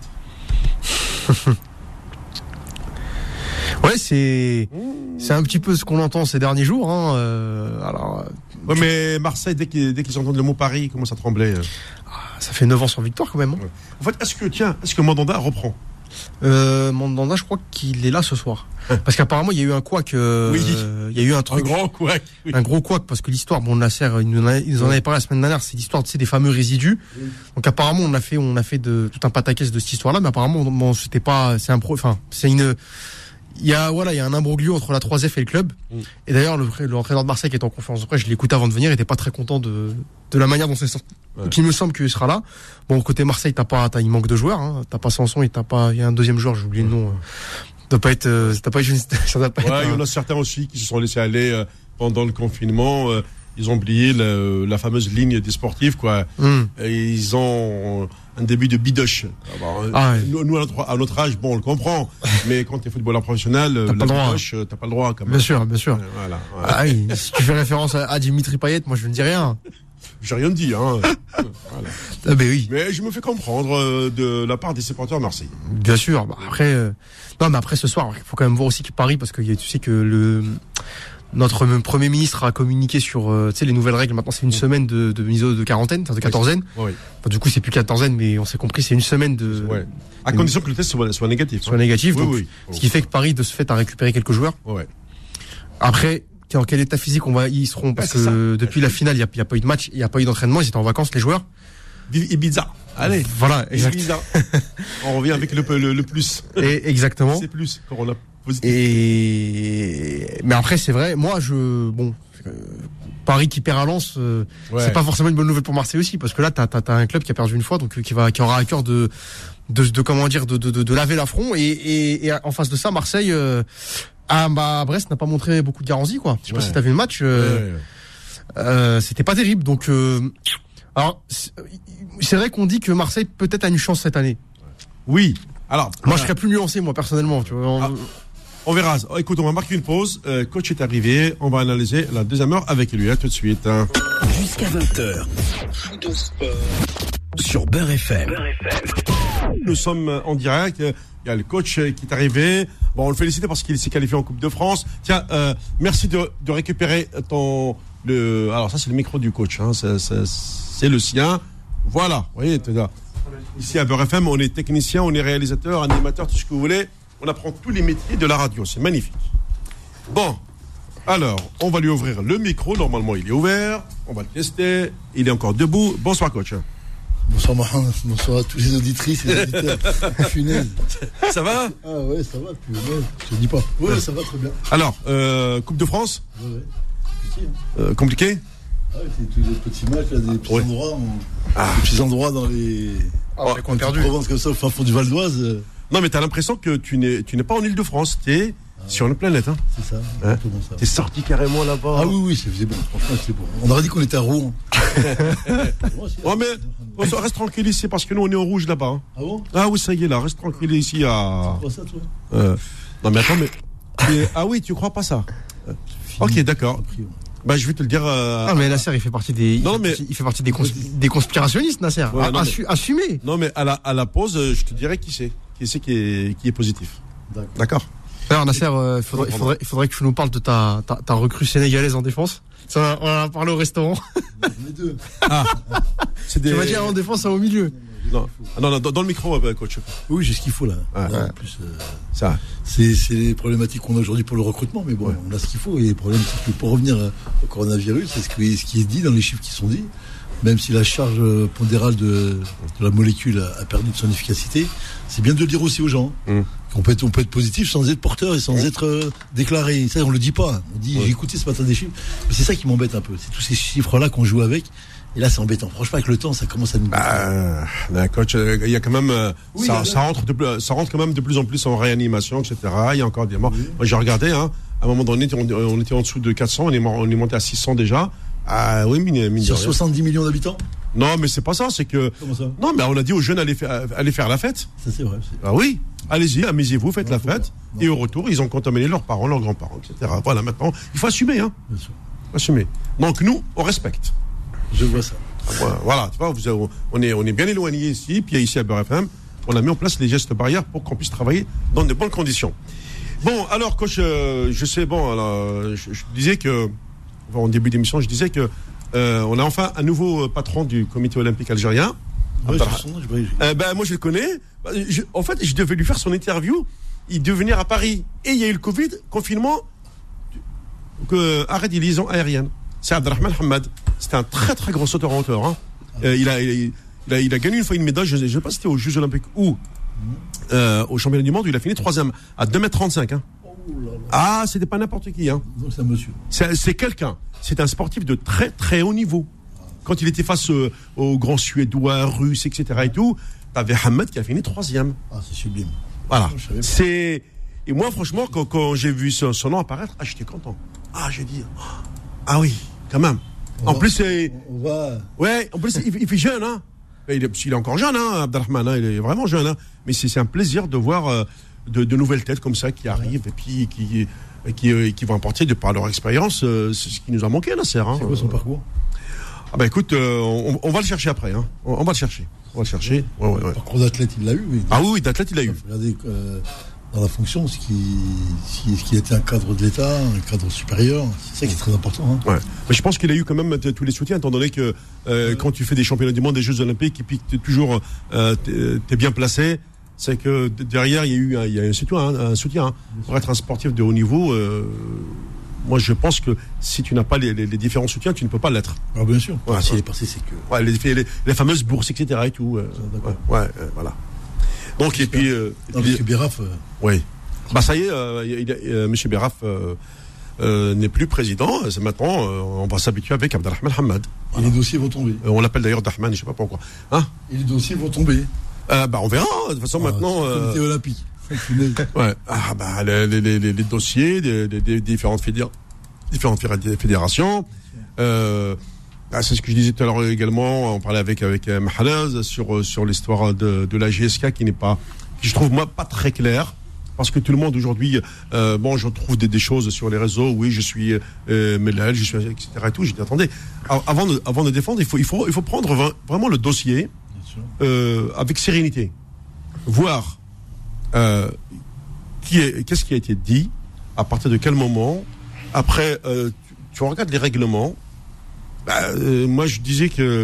Ouais, c'est un petit peu ce qu'on entend ces derniers jours. Ouais, mais Marseille, dès qu'ils entendent le mot Paris, comment ça tremblait. Ça fait 9 ans sans victoire quand même. Ouais. En fait, est-ce que Mandanda reprend? Mandanda, je crois qu'il est là ce soir. Parce qu'apparemment, il y a eu un couac. Il y a eu un truc. Un grand couac. Oui. Un gros couac, parce que l'histoire, Nasser, ils nous en avaient parlé la semaine dernière, c'est l'histoire, des fameux résidus. Oui. Donc apparemment, on a fait tout un pataquès de cette histoire-là, mais apparemment, c'était pas, il y a un imbroglio entre la 3F et le club. Et d'ailleurs, l'entraîneur de Marseille qui est en conférence de presse, je l'ai écouté avant de venir, il était pas très content de la manière dont c'est sorti. Ouais. Donc il me semble qu'il sera là. Bon, côté Marseille, il manque de joueurs, hein. T'as pas Sanson et il y a un deuxième joueur, j'ai oublié le nom. Ça doit pas être, il y en a certains aussi qui se sont laissés aller pendant le confinement. Ils ont oublié la fameuse ligne des sportifs, quoi. Et ils ont un début de bidoche. Nous, à notre âge, on le comprend. Mais quand tu es footballeur professionnel, la bidoche, t'as pas le droit, quand même. Bien sûr. Voilà. Oui, si tu fais référence à Dimitri Payet, moi, je ne dis rien. J'ai rien dit, hein. Voilà. Oui. Mais je me fais comprendre de la part des supporters marseillais. Bien sûr. Après ce soir, il faut quand même voir aussi que Paris, parce que tu sais que notre Premier ministre a communiqué sur les nouvelles règles. Maintenant, c'est une semaine de mise de quarantaine, de quatorzaine. Oui. Enfin, du coup, c'est plus quatorzaine, mais on s'est compris, c'est une semaine de. Ouais. À condition que le test soit négatif. Soit négatif. Oui. Ce qui fait que Paris, de ce fait, a récupéré quelques joueurs. Ouais. Après, en quel état physique ils seront, parce que depuis la finale, il y a pas eu de match, il y a pas eu d'entraînement, ils étaient en vacances, les joueurs. Ibiza. Allez. Voilà. Ibiza. On revient avec le plus. Et exactement. C'est plus. Corona. Mais après, c'est vrai, moi, Paris qui perd à Lens, c'est pas forcément une bonne nouvelle pour Marseille aussi, parce que là, t'as un club qui a perdu une fois, donc qui aura à cœur de laver l'affront, et en face de ça, Marseille, Brest n'a pas montré beaucoup de garanties, quoi. Je sais pas si t'as vu le match, c'était pas terrible, donc, alors, c'est vrai qu'on dit que Marseille peut-être a une chance cette année. Oui. Alors, moi, je serais plus nuancé, moi, personnellement, tu vois. On verra. Écoute, on va marquer une pause. Coach est arrivé. On va analyser la deuxième heure avec lui. À tout de suite. Jusqu'à 20h. Foot de sport. Sur Beurre FM. Nous sommes en direct. Il y a le coach qui est arrivé. Bon, on le félicite parce qu'il s'est qualifié en Coupe de France. Tiens, merci de récupérer alors ça, c'est le micro du coach, hein. C'est le sien. Voilà. Vous voyez, ici à Beurre FM, on est technicien, on est réalisateur, animateur, tout ce que vous voulez. On apprend tous les métiers de la radio. C'est magnifique. Bon. Alors, on va lui ouvrir le micro. Normalement, il est ouvert. On va le tester. Il est encore debout. Bonsoir, coach. Bonsoir, Mohamed. Bonsoir à tous les auditrices et les auditeurs. Funaise. Ça va? Ah ouais, ça va. Punaise. Je te dis pas. Ouais, ça va très bien. Alors, Coupe de France? Ouais. Compliqué? Ah ouais, c'est tous les petits matchs, là, des petits endroits. Des petits endroits dans les. On a perdu. Provence comme ça, au fin fond du Val d'Oise. Non, mais t'as l'impression que tu n'es pas en Île-de-France, t'es sur une planète, hein. C'est ça. Hein, t'es sorti carrément là-bas. Ah oui, c'est bon. Franchement, c'est bon. On aurait dit qu'on était à Rouen. Oh, mais reste tranquille ici parce que nous, on est en rouge là-bas. Hein. Ah bon? Ah oui, ça y est, là. Reste tranquille ici à. Tu crois ça, toi? Non, mais attends, mais. Ah oui, tu crois pas ça? Ok, d'accord. Bah, je vais te le dire. Non, mais Nasser, il fait partie des conspirationnistes, Nasser. Ouais, Assumé. Non, mais à la pause, je te dirais qui c'est qui est positif. D'accord. Alors, Nasser, il faudrait que tu nous parles de ta recrue sénégalaise en défense. Ça, on en a parlé au restaurant. Les deux. Tu m'as dit en défense, au milieu. Non, dans le micro, coach. Oui, j'ai ce qu'il faut là. Ouais. En plus, c'est les problématiques qu'on a aujourd'hui pour le recrutement, mais bon, on a ce qu'il faut. Et le problème, c'est que pour revenir au coronavirus, c'est ce qui est dit dans les chiffres qui sont dits, même si la charge pondérale de la molécule a perdu de son efficacité, c'est bien de le dire aussi aux gens. On peut être positif sans être porteur et sans être déclaré. Ça, on le dit pas. On dit, j'ai écouté ce matin des chiffres, mais c'est ça qui m'embête un peu. C'est tous ces chiffres-là qu'on joue avec. Et là, c'est embêtant. Franchement, avec le temps, ça commence à nous. Coach, il y a quand même, ça rentre quand même de plus en plus en réanimation, etc. Il y a encore des morts. Oui. Moi, j'ai regardé, à un moment donné, on était en dessous de 400, on est monté à 600 déjà. Oui, mine sur 70 millions d'habitants? Non, mais c'est pas ça, c'est que. Comment ça? Non, mais on a dit aux jeunes allez faire la fête. Ça, c'est vrai. Ah oui. Allez-y, amusez-vous, faites la fête. Et au retour, ils ont contaminé leurs parents, leurs grands-parents, etc. Voilà, maintenant, il faut assumer, Bien sûr. Assumer. Donc, nous, on respecte. Je vois ça. Voilà, tu vois, on est bien éloigné ici, puis ici à Beurre FM, on a mis en place les gestes barrières pour qu'on puisse travailler dans de bonnes conditions. Bon, alors, coach, je sais, je disais que, en début d'émission, je disais que on a enfin un nouveau patron du comité olympique algérien. Ouais, moi, je le connais. En fait, je devais lui faire son interview. Il devait venir à Paris. Et il y a eu le Covid, confinement, arrêt des liaisons aériennes. C'est Abdelrahman Hamad. C'était un très très grand sauteur en hauteur. Il a gagné une fois une médaille, je ne sais pas si c'était aux Jeux Olympiques ou au Championnat du Monde, où il a fini 3e à 2,35 m. C'était pas n'importe qui. Donc c'est un monsieur. C'est quelqu'un. C'est un sportif de très très haut niveau. Quand il était face aux grands Suédois, Russes, etc. et tout, t'avais Hamad qui a fini 3e. C'est sublime. Voilà. Et moi, franchement, quand j'ai vu son nom apparaître, j'étais content. J'ai dit, oui, quand même. En plus, il fait jeune, Il est encore jeune, Abdelrahman, il est vraiment jeune, Mais c'est un plaisir de voir de nouvelles têtes comme ça qui arrivent et puis qui vont apporter, de par leur expérience, ce qui nous a manqué, là, C'est quoi son parcours? Écoute, on va le chercher après, On va le chercher. Ouais. Parcours d'athlète, il l'a eu, oui. Oui, d'athlète, il l'a eu. Regardez, dans la fonction, ce qui était un cadre de l'État, un cadre supérieur, c'est ça qui est très important. Ouais. Mais je pense qu'il a eu quand même tous les soutiens, étant donné que quand tu fais des championnats du monde, des Jeux Olympiques, et puis que t'es bien placé, c'est que derrière il y a un soutien. Pour être un sportif de haut niveau, moi je pense que si tu n'as pas les différents soutiens, tu ne peux pas l'être. Bien sûr. S'il est passé, c'est que. Les fameuses bourses, etc. et tout. Voilà. Donc, et puis. Monsieur Beraf. Oui. Ça y est, Monsieur Beraf n'est plus président. C'est maintenant, on va s'habituer avec Abdelrahman Hamad. Et les dossiers vont tomber. On l'appelle d'ailleurs Dahman, je ne sais pas pourquoi. Et les dossiers vont tomber. On verra. De toute façon, maintenant. Comité olympique. Ouais. Les dossiers des différentes fédérations. C'est ce que je disais tout à l'heure également. On parlait avec Mahalaz sur l'histoire de la GSK qui je trouve moi pas très claire, parce que tout le monde aujourd'hui, je trouve des choses sur les réseaux. Oui, je suis Melal, je suis etc. et tout. J'ai dit attendez, avant de défendre, il faut prendre vraiment le dossier avec sérénité, voir qu'est-ce qui a été dit, à partir de quel moment. Après, tu regardes les règlements. Moi, je disais que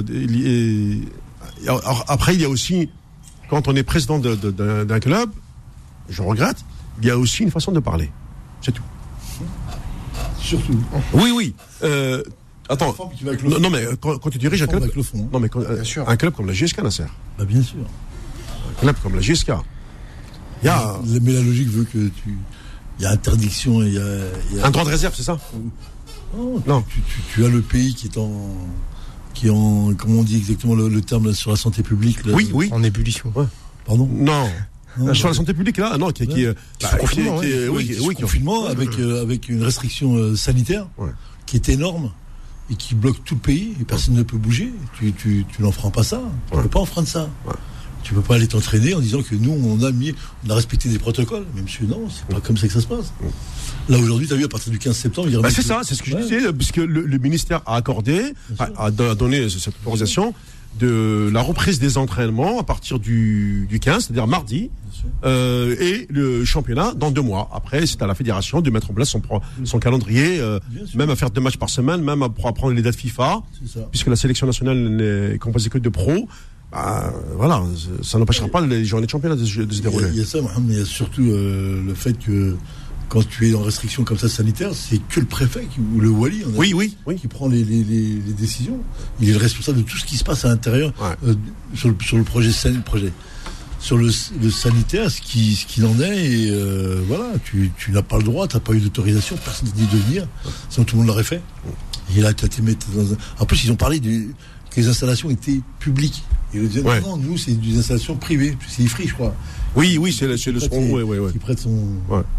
après, il y a aussi, quand on est président d'un club, je regrette, il y a aussi une façon de parler. C'est tout. Surtout. Oui. Attends. Non, mais quand tu diriges un club, non, mais un club comme la GSK, Nasser. Bien sûr. Un club comme la GSK. Mais la logique veut que il y a interdiction, il y a un droit de réserve, c'est ça? Non. Tu as le pays qui est en comment on dit exactement le terme sur la santé publique. Oui. En ébullition. Ouais. Pardon? Non. Sur la santé publique, là, non, confinement avec une restriction sanitaire qui est énorme et qui bloque tout le pays et personne ne peut bouger. Tu n'enfreins pas ça. Tu ne peux pas enfreindre ça. Tu peux pas aller t'entraîner en disant que nous, on a respecté des protocoles. Mais monsieur, non, c'est pas comme ça que ça se passe. Là, aujourd'hui, tu as vu, à partir du 15 septembre, il c'est ça, c'est ce que je disais, puisque le ministère a accordé, a donné cette autorisation de la reprise des entraînements à partir du 15, c'est-à-dire mardi, et le championnat dans 2 mois. Après, c'est à la fédération de mettre en place son calendrier, même à faire 2 matchs par semaine, même pour apprendre les dates FIFA, puisque la sélection nationale n'est composée que de pros. Voilà, ça n'empêchera pas les journées de championnat de se dérouler. Il y a ça, Mohamed, mais il y a surtout le fait que quand tu es en restriction comme ça sanitaire, c'est que le préfet ou le wali qui prend les décisions. Il est le responsable de tout ce qui se passe à l'intérieur sur le projet. Sur le sanitaire, ce qu'il en est, et voilà, tu n'as pas le droit, tu n'as pas eu d'autorisation, personne ne dit de venir, sinon tout le monde l'aurait fait. Et là, tu as été mettre dans un... En plus, ils ont parlé que les installations étaient publiques. Et ils disaient, non, nous, c'est des installations privées. C'est IFRI, je crois. Oui, c'est le son. Qui prête son...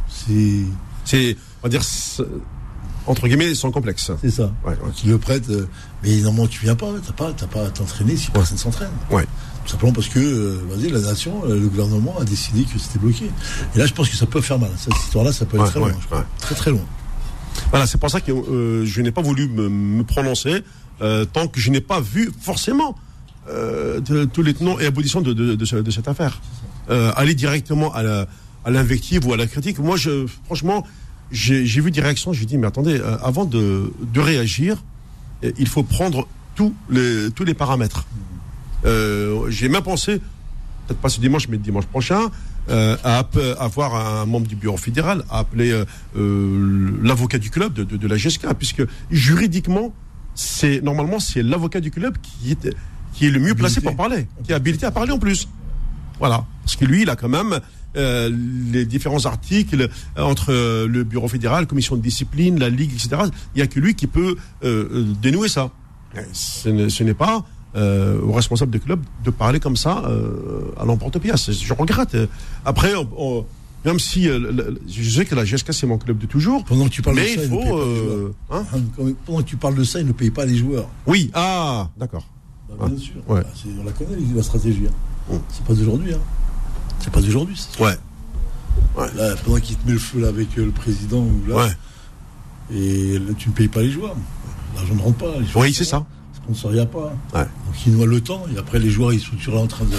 C'est, on va dire, entre guillemets, sans complexe. C'est ça. Qui le prête. Mais normalement, tu viens pas. T'as pas à t'entraîner si personne s'entraîne. Tout simplement parce que, la nation, le gouvernement a décidé que c'était bloqué. Et là, je pense que ça peut faire mal. Cette histoire-là, ça peut aller très loin. Très, très loin. Voilà, c'est pour ça que je n'ai pas voulu me prononcer tant que je n'ai pas vu forcément tous les tenants et aboutissants de cette affaire. Aller directement à l'invective ou à la critique. Moi, franchement, j'ai vu des réactions. Je me dis, mais attendez, avant de réagir, il faut prendre tous les paramètres. J'ai même pensé, peut-être pas ce dimanche, mais le dimanche prochain, à avoir un membre du bureau fédéral, à appeler l'avocat du club de la GSK, puisque juridiquement, normalement c'est l'avocat du club qui est le mieux placé pour parler, qui est habilité à parler en plus. Voilà, parce que lui, il a quand même les différents articles entre le bureau fédéral, commission de discipline, la ligue, etc. Il n'y a que lui qui peut dénouer ça. Ce n'est pas aux responsables de club de parler comme ça à l'emporte-pièce. Je regrette. Après, même si je sais que la GSK c'est mon club de toujours, pendant que tu parles mais de ça, il faut pendant que tu parles de ça, ils ne payent pas les joueurs. Oui, d'accord. Bien sûr. On la connaît, la stratégie. C'est pas d'aujourd'hui. C'est pas d'aujourd'hui. Là, pendant qu'il te met le feu là avec le président et là, tu ne payes pas les joueurs. L'argent ne rentre pas. Oui, c'est ça. On ne pas. Donc ils noient le temps et après les joueurs ils sont toujours là en train de.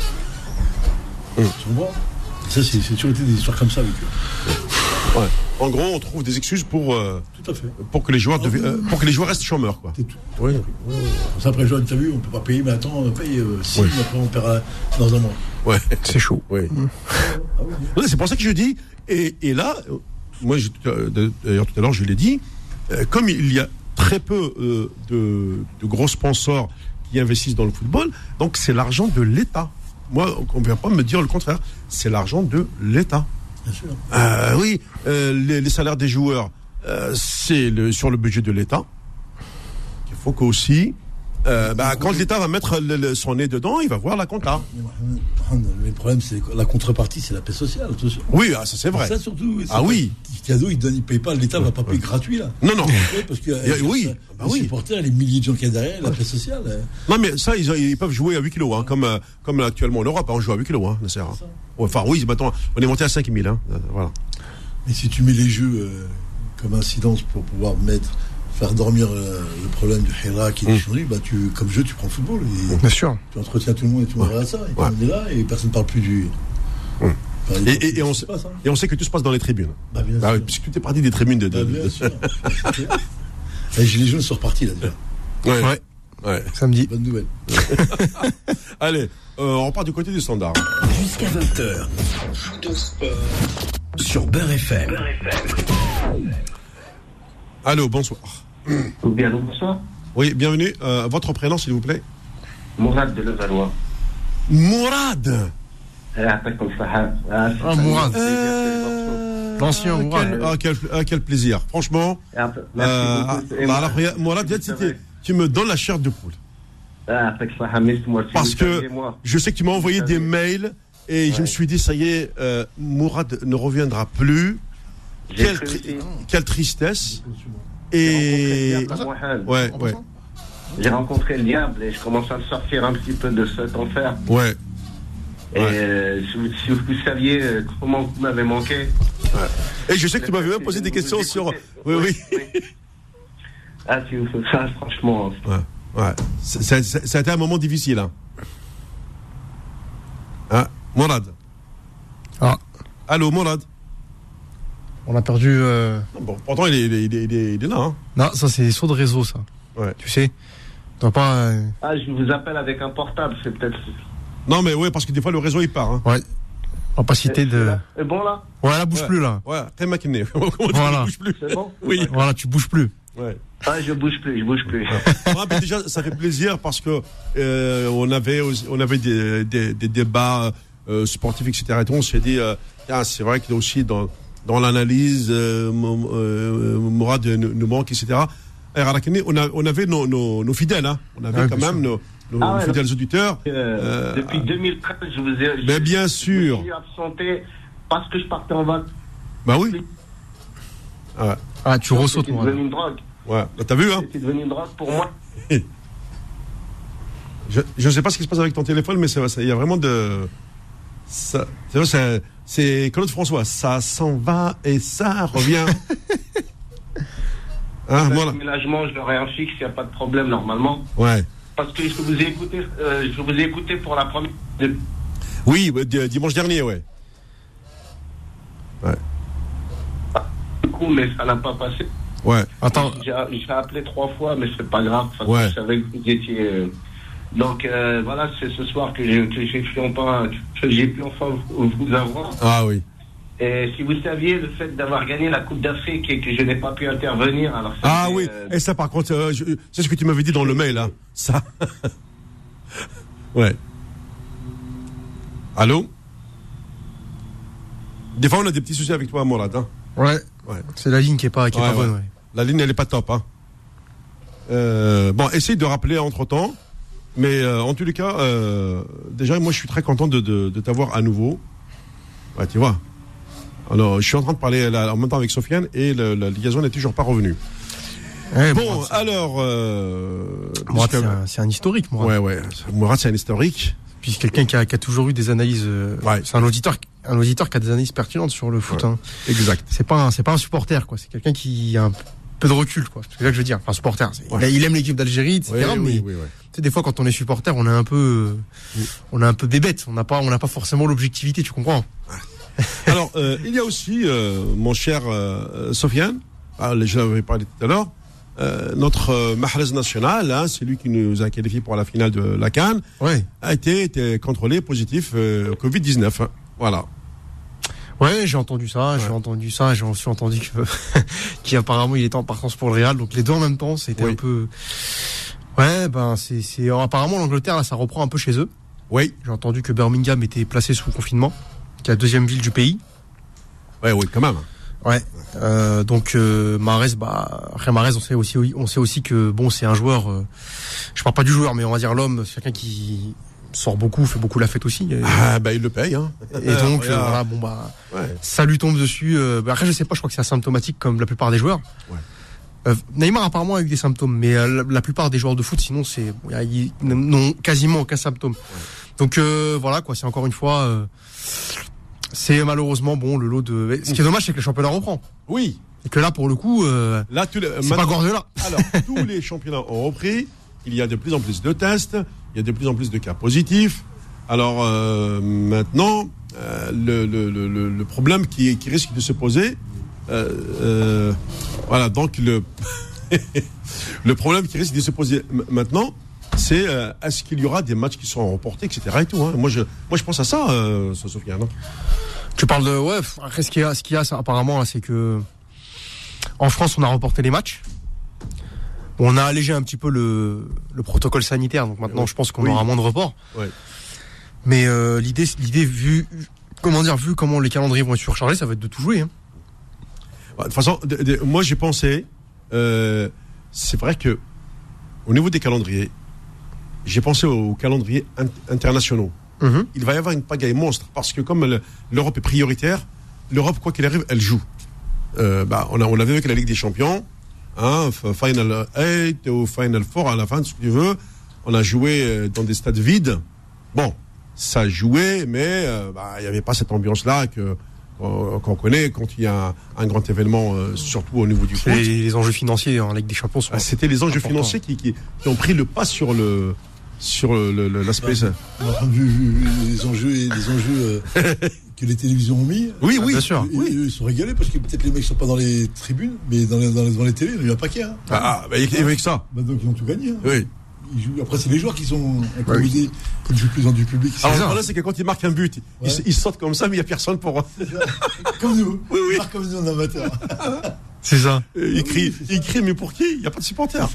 Tu vois. Ça c'est toujours été des histoires comme ça avec eux. En gros, on trouve des excuses pour tout à fait. Pour que les joueurs pour que les joueurs restent chômeurs quoi. Ça après le joueur, t'as vu, on peut pas payer, mais attends, on paye 6 mois après on paiera dans un mois. C'est chaud. C'est pour ça que je dis et là, moi d'ailleurs tout à l'heure je l'ai dit, comme il y a très peu de gros sponsors qui investissent dans le football. Donc, c'est l'argent de l'État. Moi, on ne vient pas me dire le contraire. C'est l'argent de l'État. Bien sûr. Les salaires des joueurs, c'est sur le budget de l'État. Il faut qu'aussi, quand l'État va mettre son nez dedans, il va voir la compta. Le problème, c'est que la contrepartie, c'est la paix sociale. Attention. Oui, ça c'est vrai. Ça surtout. Oui. Les cadeaux, ils ne payent pas. L'État ne va pas payer gratuit là. Non. Parce que les supporters, les milliers de gens qu'il y a derrière, la paix sociale. Non, mais ça, ils peuvent jouer à 8 kilos, comme actuellement en Europe. On joue à 8 kilos, Nasser. Enfin, maintenant, on est monté à 5000. Voilà. Mais si tu mets les jeux comme incidence pour pouvoir faire dormir le problème du Hira qui est changé, comme jeu, tu prends le football. Bien sûr. Tu entretiens tout le monde et tout le monde regarde ça. Et tout le monde est là et personne ne parle plus du. Et on sait que tout se passe dans les tribunes. Bien sûr. Puisque tout est parti des tribunes bien sûr. Les Gilets jaunes sont repartis là déjà. Ouais. Samedi. Bonne nouvelle. Allez, on repart du côté du standard. Jusqu'à 20h. Foot Sport. Sur Beurre FM. Allô, bonsoir. Bonsoir. Oui, bienvenue. Votre prénom, s'il vous plaît. Mourad de Levallois. Mourad. Mourad. L'ancien Mourad. Quel plaisir. Franchement. Mourad, tu me donnes la chair de poule. Parce que je sais que tu m'as envoyé des mails et je me suis dit, ça y est, Mourad ne reviendra plus. Quelle tristesse. Et j'ai rencontré le diable et je commence à sortir un petit peu de cet enfer. Et si vous saviez comment vous m'avez manqué. Ouais. Et je sais que tu m'avais même posé des questions sur. Oui. Ah, si vous faites ça, franchement. Ouais. Ça a été un moment difficile. Hein, Mourad. Ah. Allô, Mourad. On a perdu. Bon, pourtant, il est là. Hein. Non, ça, c'est saut de réseau, ça. Ouais. Tu sais. Tu pas. Ah, je vous appelle avec un portable, c'est peut-être. Non, mais ouais, parce que des fois, le réseau, il part. Hein. Ouais. On va pas citer de. C'est bon, là? Ouais, là, bouge plus, là. Ouais, t'es maquiné. Voilà. Tu bouges plus. C'est bon? Oui. Voilà, tu bouges plus. Ouais. Ah, je bouge plus. Ouais, mais déjà, ça fait plaisir parce que on avait des débats sportifs, etc. Et tout, on s'est dit, c'est vrai qu'il y a aussi dans l'analyse, Mourad nous manque, etc. Et Arakani, on avait nos fidèles, hein. On avait quand même nos fidèles auditeurs. Depuis 2013, je vous ai. Mais bien sûr. Je me suis absenté parce que je partais en vacances. Bah oui. Ah, tu ressautes, moi. C'est devenu une drogue. Ouais, t'as vu, hein? C'était devenu une drogue pour moi. Je ne sais pas ce qui se passe avec ton téléphone, mais il y a vraiment de. C'est Claude François. Ça s'en va et ça revient. Hein, voilà. L'aménagement, je l'aurai un fixe, il n'y a pas de problème normalement. Ouais. Parce que je vous ai écouté pour la première. Oui, dimanche dernier, ouais. Du coup, mais ça n'a pas passé. Ouais. Attends. J'ai appelé 3 fois, mais c'est pas grave. Parce que je savais que vous étiez. Donc voilà, c'est ce soir que j'ai pu enfin vous avoir. Ah oui. Et si vous saviez le fait d'avoir gagné la Coupe d'Afrique et que je n'ai pas pu intervenir, alors ça. Ah oui. Et ça, par contre, c'est ce que tu m'avais dit dans le mail, hein. Ça. Ouais. Allô. Des fois, on a des petits soucis avec toi, Mourad. Hein. Ouais. C'est la ligne qui est pas bonne. Ouais. La ligne, elle est pas top. Hein. Bon, essaye de rappeler entre-temps. Mais en tous les cas, déjà, moi, je suis très content de t'avoir à nouveau. Ouais, tu vois. Alors, je suis en train de parler en même temps avec Sofiane et la liaison n'est toujours pas revenue. Ouais, bon, alors... Mourad, c'est un historique, Mourad. Ouais. Mourad, c'est un historique. Puis c'est quelqu'un qui a toujours eu des analyses... C'est un auditeur qui a des analyses pertinentes sur le foot. Ouais. Hein. Exact. C'est pas un supporter, quoi. C'est quelqu'un qui a un peu de recul, quoi. C'est ça que je veux dire. Enfin, supporter. Il aime l'équipe d'Algérie, etc. Oui. Tu sais, des fois, quand on est supporter, on est un peu bébête. On n'a pas forcément l'objectivité, tu comprends? Alors, il y a aussi, mon cher Sofiane, je l'avais parlé tout à l'heure, notre Mahrez national, hein, c'est lui qui nous a qualifié pour la finale de la CAN, a été contrôlé positif Covid-19. Hein, voilà. Ouais, j'ai entendu ça, j'ai aussi entendu qu'apparemment il était en partance pour le Real, donc les deux en même temps, c'était un peu... Ouais, c'est apparemment l'Angleterre, là, ça reprend un peu chez eux. Oui. J'ai entendu que Birmingham était placé sous confinement, qui est la deuxième ville du pays. Oui, quand même. Ouais. Donc Mahrez, après Mahrez, on sait aussi que bon, c'est un joueur. Je parle pas du joueur, mais on va dire l'homme, c'est quelqu'un qui sort beaucoup, fait beaucoup la fête aussi. Il le paye. Hein. Et donc ça lui tombe dessus. Après, je sais pas, je crois que c'est asymptomatique comme la plupart des joueurs. Ouais. Neymar apparemment a eu des symptômes, mais la plupart des joueurs de foot, sinon ils n'ont quasiment aucun symptôme. Ouais. Donc voilà quoi, c'est encore une fois. C'est malheureusement le lot de. Ce qui est dommage, c'est que le championnat reprend. Oui. Et que là, pour le coup, là, c'est pas Guardiola. Alors, tous les championnats ont repris. Il y a de plus en plus de tests. Il y a de plus en plus de cas positifs. Alors maintenant, le problème qui risque de se poser, voilà. Donc le problème qui risque de se poser maintenant, c'est est-ce qu'il y aura des matchs qui seront reportés, etc. et tout. Hein. Moi, je pense à ça, Sofiane. Hein. Tu parles de Après, ce qu'il y a, ça, apparemment, là, c'est que en France, on a reporté les matchs. On a allégé un petit peu le protocole sanitaire, donc maintenant, je pense qu'on aura moins de reports. Ouais. Mais l'idée, vu comment les calendriers vont être surchargés, ça va être de tout jouer. Hein. De toute façon, moi, j'ai pensé, c'est vrai que au niveau des calendriers. J'ai pensé aux calendriers internationaux. Il va y avoir une pagaille monstre parce que comme l'Europe est prioritaire, l'Europe, quoi qu'il arrive, elle joue. On l'a vu avec la Ligue des Champions, hein, Final 8 ou Final 4 à la fin, si tu veux. On a joué dans des stades vides. Bon, ça jouait, mais il n'y avait pas cette ambiance-là qu'on connaît quand il y a un grand événement, surtout au niveau du foot. Les enjeux financiers en Ligue des Champions sont c'était les enjeux financiers qui ont pris le pas sur l'aspect. On a vu les enjeux que les télévisions ont mis. Oui, bien sûr. Ils sont régalés parce que peut-être les mecs sont pas dans les tribunes, mais devant les télés, il y a un paquet. Hein. Avec ça. Donc ils ont tout gagné. Hein. Oui. Après, c'est les joueurs qui sont incommodés comme jouent plus dans du public. Alors, le problème, c'est que quand ils marquent un but, ils sautent comme ça, mais il n'y a personne pour. Comme nous. Oui. Comme nous en amateur. C'est ça. Ils crient, mais pour qui? Il n'y a pas de supporters.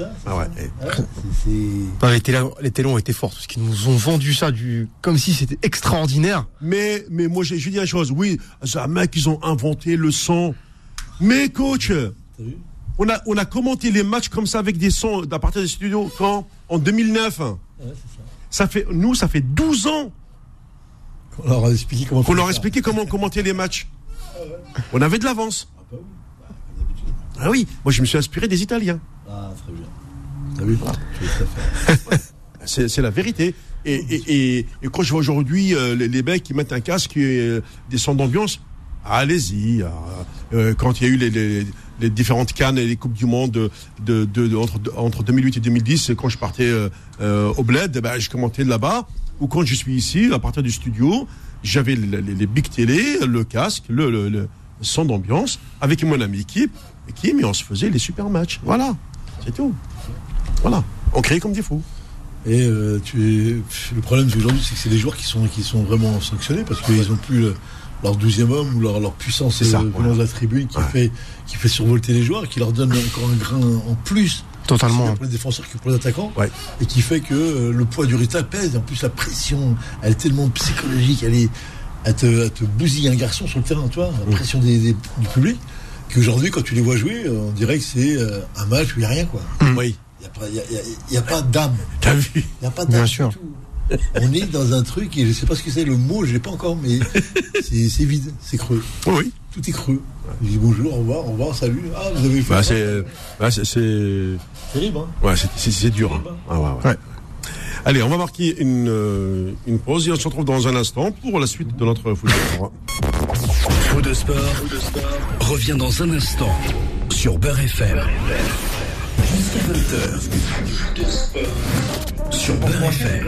Les télés ont été forts parce qu'ils nous ont vendu ça comme si c'était extraordinaire. Mais moi, je dis une chose. Oui, c'est un mec, ils ont inventé le son. Mais coach, t'as vu? On a commenté les matchs comme ça avec des sons à partir des studios quand? En 2009. Ouais, ça fait 12 ans qu'on leur a expliqué comment commenter les matchs. On avait de l'avance. Ah oui, moi je me suis inspiré des Italiens. Ah, très bien. T'as vu? C'est la vérité. Et quand je vois aujourd'hui les mecs qui mettent un casque et des sons d'ambiance, allez-y. Quand il y a eu les différentes CAN et les Coupes du Monde entre 2008 et 2010, quand je partais au Bled, je commentais de là-bas. Ou quand je suis ici, à partir du studio, j'avais les big télé, le casque, le son d'ambiance, avec mon ami Kim, et on se faisait les super matchs. Voilà, c'est tout. Voilà, on créait comme des fous. Et le problème aujourd'hui, c'est que c'est des joueurs qui sont vraiment sanctionnés parce qu'ils n'ont plus leur 12e homme ou leur puissance venant de la tribune qui fait survolter les joueurs, qui leur donne encore un grain en plus. Totalement. Pour les défenseurs que pour les attaquants. Et qui fait que le poids du résultat pèse. En plus, la pression, elle est tellement psychologique, elle te bousille un garçon sur le terrain, tu vois, la pression du public, qu'aujourd'hui, quand tu les vois jouer, on dirait que c'est un match où il n'y a rien, quoi. Oui. Il n'y a pas d'âme. T'as vu? Il n'y a pas d'âme du tout. On est dans un truc, et je ne sais pas ce que c'est, le mot, je ne l'ai pas encore, mais c'est vide, c'est creux. Oui. Tout est creux. Je dis bonjour, au revoir, salut. Ah, vous avez fait c'est terrible, hein. Ouais, c'est dur. Hein. Ouais. Allez, on va marquer une pause et on se retrouve dans un instant pour la suite de notre foot. Faux de sport revient dans un instant sur Beurre FM. Jusqu'à 20h. Sur Beurre FM.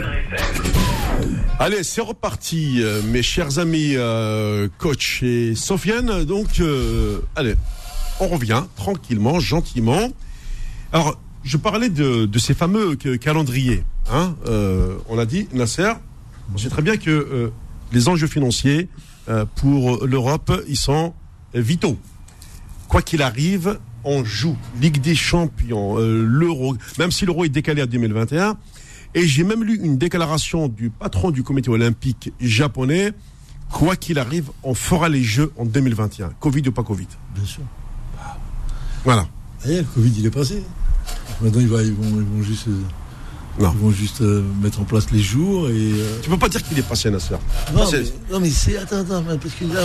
Allez, c'est reparti, mes chers amis coach et Sofiane. Donc, allez, on revient tranquillement, gentiment. Alors, je parlais de ces fameux calendriers. Hein, on a dit, Nasser, on sait très bien que les enjeux financiers pour l'Europe, ils sont vitaux. Quoi qu'il arrive, on joue Ligue des Champions, l'Euro, même si l'Euro est décalé à 2021. Et j'ai même lu une déclaration du patron du comité olympique japonais. Quoi qu'il arrive, on fera les Jeux en 2021. Covid ou pas Covid. Bien sûr. Voilà. Le Covid, il est passé. Maintenant, ils vont juste... Non. Ils vont juste mettre en place les jours et... Tu peux pas dire qu'il est passé, Nasser. Non, mais c'est... Attends, parce que là,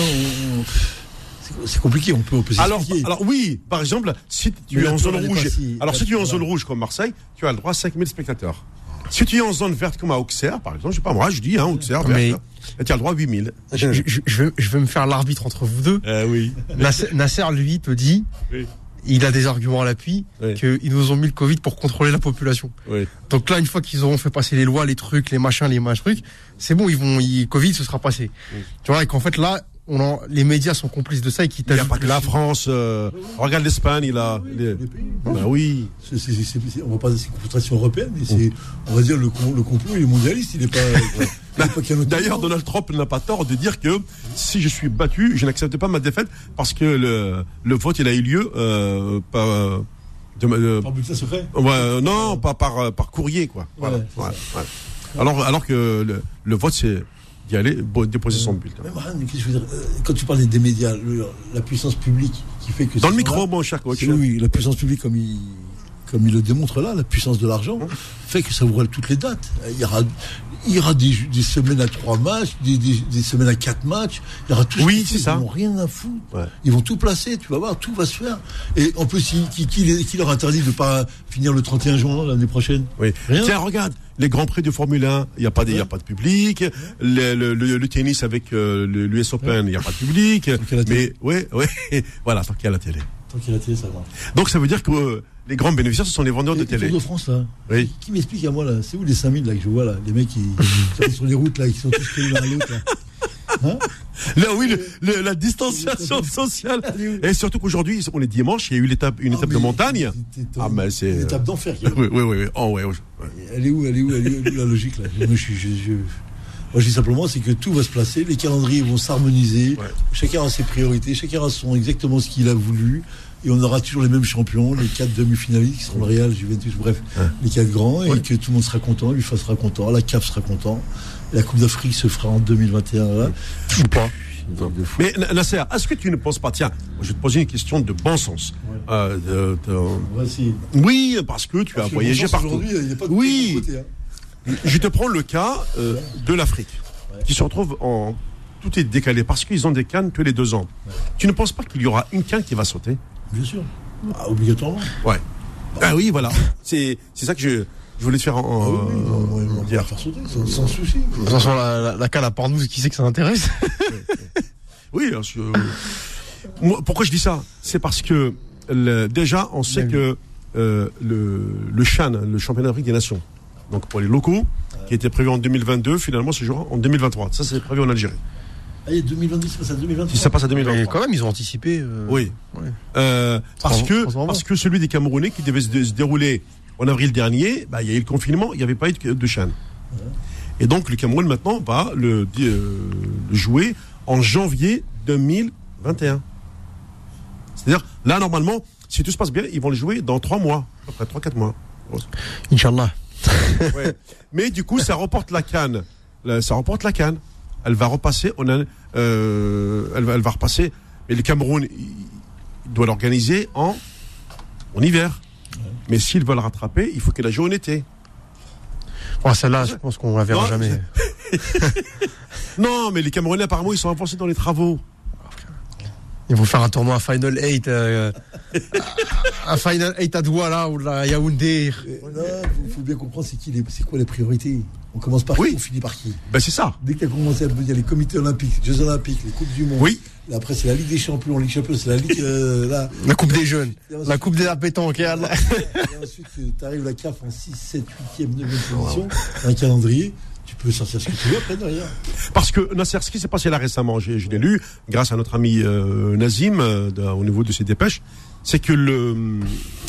c'est compliqué, on peut s'expliquer. Alors oui, par exemple, si tu es en zone rouge... Si tu es en zone rouge comme Marseille, tu as le droit à 5000 spectateurs. Si tu es en zone verte comme à Auxerre, par exemple, je sais pas moi, je dis, Auxerre, mais... verte, tu as le droit à 8000. Je vais me faire l'arbitre entre vous deux. Oui. Nasser, lui, te dit... Oui. Il a des arguments à l'appui, qu'ils nous ont mis le Covid pour contrôler la population. Oui. Donc là, une fois qu'ils auront fait passer les lois, les trucs, les machins, trucs, c'est bon, Covid, ce sera passé. Oui. Tu vois, et qu'en fait, là, les médias sont complices de ça et qui t'ajoutent. Il n'y a pas que la France, regarde l'Espagne, il a... Les pays. Ben oui. On va pas dire c'est une confrontation européenne, mais on va dire le complot, il est mondialiste, il n'est pas... D'ailleurs, Donald Trump n'a pas tort de dire que si je suis battu, je n'accepte pas ma défaite parce que le vote, il a eu lieu par bulletin secret. Non, pas par courrier, quoi. Voilà. Alors que le vote, c'est d'y aller déposer son bulletin. Mais qu'est-ce que je veux dire, quand tu parles des médias, la puissance publique qui fait que... Dans le micro, mon cher coach. Oui, la puissance publique, comme comme il le démontre là, la puissance de l'argent fait que ça ouvre toutes les dates. Il y aura des semaines à 3 matchs, des semaines à 4 matchs. Il y aura tout. Oui, c'est ça. Ils n'ont rien à foutre. Ouais. Ils vont tout placer. Tu vas voir, tout va se faire. Et en plus, qui leur interdit de pas finir le 31 juin l'année prochaine? Oui. Rien. Tiens, regarde, les grands prix de Formule 1, il y a pas de public. Le tennis avec l'US Open, il y a pas de public. Mais ouais, voilà, tant qu'il y a la télé. Tant qu'il y a la télé, ça va. Donc ça veut dire que les grands bénéficiaires, ce sont les vendeurs de télé. Le Tour de France, là. Oui. Qui m'explique à moi, là? C'est où les 5000, là, que je vois, là? Les mecs qui sont sur les routes, là, qui sont tous collés l'un à l'autre, là. Hein? Là, oui, la distanciation sociale. Et surtout qu'aujourd'hui, on est dimanche, il y a eu une étape de montagne. Mais c'est une étape d'enfer. Oui. Oh, ouais. Elle est où la logique, là? Moi, je dis simplement, c'est que tout va se placer, les calendriers vont s'harmoniser, chacun a ses priorités, chacun a exactement ce qu'il a voulu, et on aura toujours les mêmes champions, les 4 demi-finalistes qui seront le Real, Juventus, bref, les 4 grands, et que tout le monde sera content, l'UFA sera content, la CAF sera content, la Coupe d'Afrique se fera en 2021, là. Ou pas. Mais Nasser, est-ce que tu ne penses pas, tiens, je vais te poser une question de bon sens. Oui, parce que tu as voyagé partout. Il y a pas de côté, hein. Je te prends le cas de l'Afrique, qui se retrouve en... Tout est décalé, parce qu'ils ont des cannes tous les 2 ans. Tu ne penses pas qu'il y aura une canne qui va sauter? Bien sûr. Obligatoirement. Ouais. Ah oui, voilà. C'est ça que je voulais te faire on va faire sauter, sans souci. De toute façon, la canne à part nous, qui sait que ça intéresse? Oui, pourquoi je dis ça? C'est parce que déjà, on sait que le CHAN, le championnat d'Afrique des Nations, donc pour les locaux, qui était prévu en 2022, finalement se jouera en 2023. Ça, c'est prévu en Algérie. Ah, il y a 2022, ça passe à 2023. Si ça passe à 2023. Mais quand même, ils ont anticipé. Oui. Ouais. Parce que celui des Camerounais qui devait se dérouler en avril dernier, il y a eu le confinement, il n'y avait pas eu de CHAN. Ouais. Et donc, le Cameroun, maintenant, va le jouer en janvier 2021. C'est-à-dire, là, normalement, si tout se passe bien, ils vont le jouer dans 3 mois, après 3-4 mois. Inch'Allah. Ouais. Mais du coup, ça reporte la CAN. Elle va repasser. Elle va repasser. Mais le Cameroun, il doit l'organiser en hiver. Ouais. Mais s'ils veulent rattraper, il faut qu'elle joue en été. Oh, celle-là, je pense qu'on la verra jamais. Non, mais les Camerounais, apparemment, ils sont avancés dans les travaux. Ils vont faire un tournoi à Final 8, un Final 8 à Douala ou à Yaoundé. Il faut bien comprendre c'est quoi les priorités. On commence par qui, on finit par qui? C'est ça. Dès que tu as commencé à me dire les comités olympiques, les Jeux olympiques, les Coupes du Monde. Oui. Là, après, c'est la Ligue des Champions. Ligue Champions, c'est la Ligue. La Coupe des Jeunes. La Coupe des pétanque. Et ensuite, tu arrives à la CAF en 6, 7, 8e, 9e position. Un calendrier. Tu peux sortir ce que tu veux après derrière. Parce que Nasser, ce qui s'est passé là récemment, je l'ai lu, grâce à notre ami Nazim, au niveau de ses dépêches, c'est que le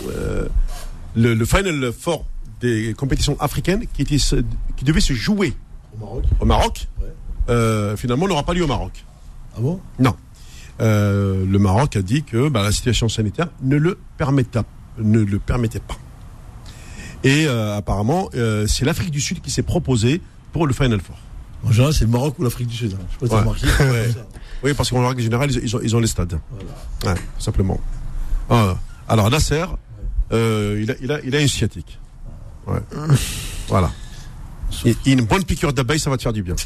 Final Four des compétitions africaines qui devait se jouer au Maroc finalement n'aura pas lieu au Maroc. Ah bon? Non. Le Maroc a dit que la situation sanitaire ne le permettait pas. Et apparemment, c'est l'Afrique du Sud qui s'est proposée pour le Final Four. En général, c'est le Maroc ou l'Afrique du Sud. Hein. Je sais pas si tu as remarqué. Oui, parce qu'en règle générale, ils ont les stades. Voilà. Ouais, simplement. Alors, Nasser, il a une sciatique. Ouais. Voilà. Et une bonne piqûre d'abeille, ça va te faire du bien.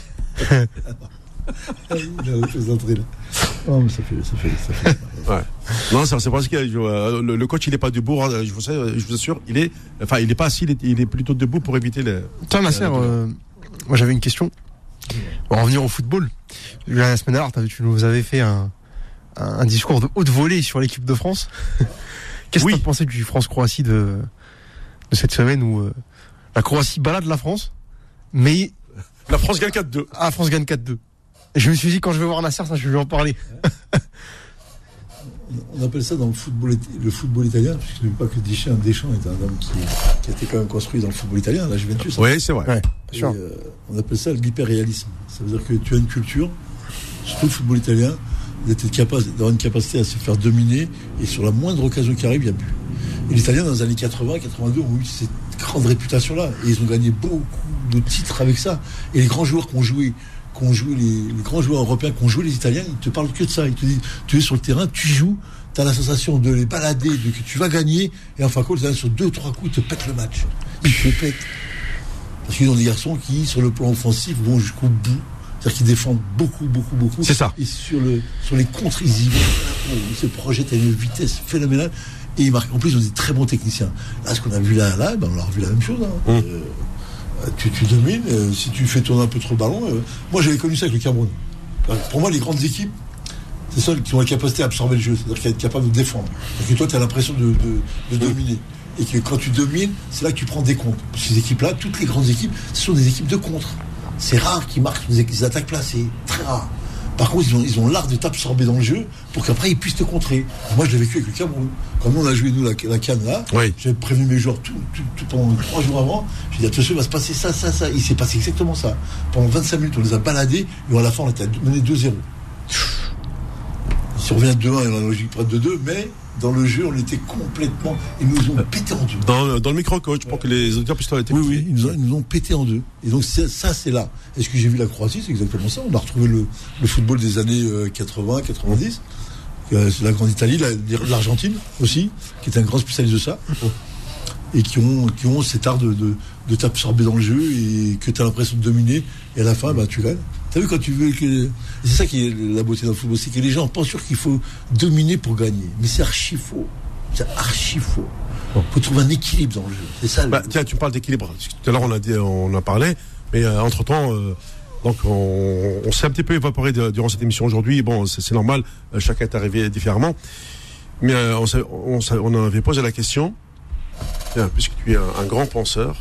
Oh, mais ça fait. Ouais. Non, c'est parce que le coach, il n'est pas debout. Je vous assure, il est pas assis, il est plutôt debout pour éviter les. Tiens, Nasser, moi j'avais une question. On va revenir au football. La semaine dernière, tu nous avais fait un discours de haute volée sur l'équipe de France. Qu'est-ce que tu as pensé du France-Croatie de cette semaine où la Croatie balade la France, mais la France gagne 4-2. Ah, France gagne 4-2. Et je me suis dit, quand je vais voir Nasser, ça, je vais lui en parler. On appelle ça dans le football italien, puisque je ne dis pas que Deschamps est un homme qui a été quand même construit dans le football italien, la Juventus. Oui, c'est vrai. Ouais, on appelle ça l'hyperréalisme. Ça veut dire que tu as une culture, surtout le football italien, d'avoir une capacité à se faire dominer, et sur la moindre occasion qui arrive, il y a but. Et l'Italien, dans les années 80, 82, ont eu cette grande réputation-là. Et ils ont gagné beaucoup de titres avec ça. Et les grands joueurs qui ont joué les grands joueurs européens qui ont joué les Italiens, ils te parlent que de ça. Ils te disent, tu es sur le terrain, tu joues, t'as la sensation de les balader, que tu vas gagner, et en fin de compte, sur 2-3 coups, ils te pètent le match. Ils te pètent. Parce qu'ils ont des garçons qui, sur le plan offensif, vont jusqu'au bout. C'est-à-dire qu'ils défendent beaucoup. C'est ça. Et sur les contres, ils y vont. Ils se projettent à une vitesse phénoménale. Et ils marquent. En plus, ils ont des très bons techniciens. Là, ce qu'on a vu là, on a revu la même chose. Tu domines. Si tu fais tourner un peu trop le ballon. Moi, j'avais connu ça avec le Cameroun. Pour moi, les grandes équipes, c'est celles qui ont la capacité à absorber le jeu. C'est-à-dire qu'elles sont capables de défendre. Parce que toi, tu as l'impression de dominer. Et que quand tu domines, c'est là que tu prends des comptes. Ces équipes-là, toutes les grandes équipes, ce sont des équipes de contre. C'est rare qu'ils marquent des attaques placées. Très rare. Par contre, ils ont l'art de t'absorber dans le jeu pour qu'après, ils puissent te contrer. Moi, je l'ai vécu avec le Cameroun. Quand nous, on a joué, la CAN là, j'avais prévenu mes joueurs tout pendant 3 jours avant. J'ai dit, attention, il va se passer ça. Il s'est passé exactement ça. Pendant 25 minutes, on les a baladés. Et à la fin, on était mené 2-0. Si on revient 2-1, il y a la logique près de 2, mais dans le jeu, on était complètement. Ils nous ont pété en deux. Dans le micro-coach, pour que les auditeurs puissent être écoutés. Oui, ils nous ont pété en deux. Et donc, ça, c'est là. Est-ce que j'ai vu la Croatie? C'est exactement ça. On a retrouvé le football des années 80, 90. C'est la Grande Italie, l'Argentine aussi, qui est un grand spécialiste de ça. Et qui ont cet art de t'absorber dans le jeu et que tu as l'impression de dominer. Et à la fin, tu gagnes. T'as vu quand tu veux que... C'est ça qui est la beauté dans le football, c'est que les gens pensent sûr qu'il faut dominer pour gagner. Mais c'est archi faux. C'est archi faux. Il faut trouver un équilibre dans le jeu. C'est ça. Tiens, tu parles d'équilibre. Tout à l'heure, on a parlé. Mais entre-temps, donc on s'est un petit peu évaporé durant cette émission aujourd'hui. Bon, c'est normal. Chacun est arrivé différemment. Mais on avait posé la question. Tiens, puisque tu es un grand penseur.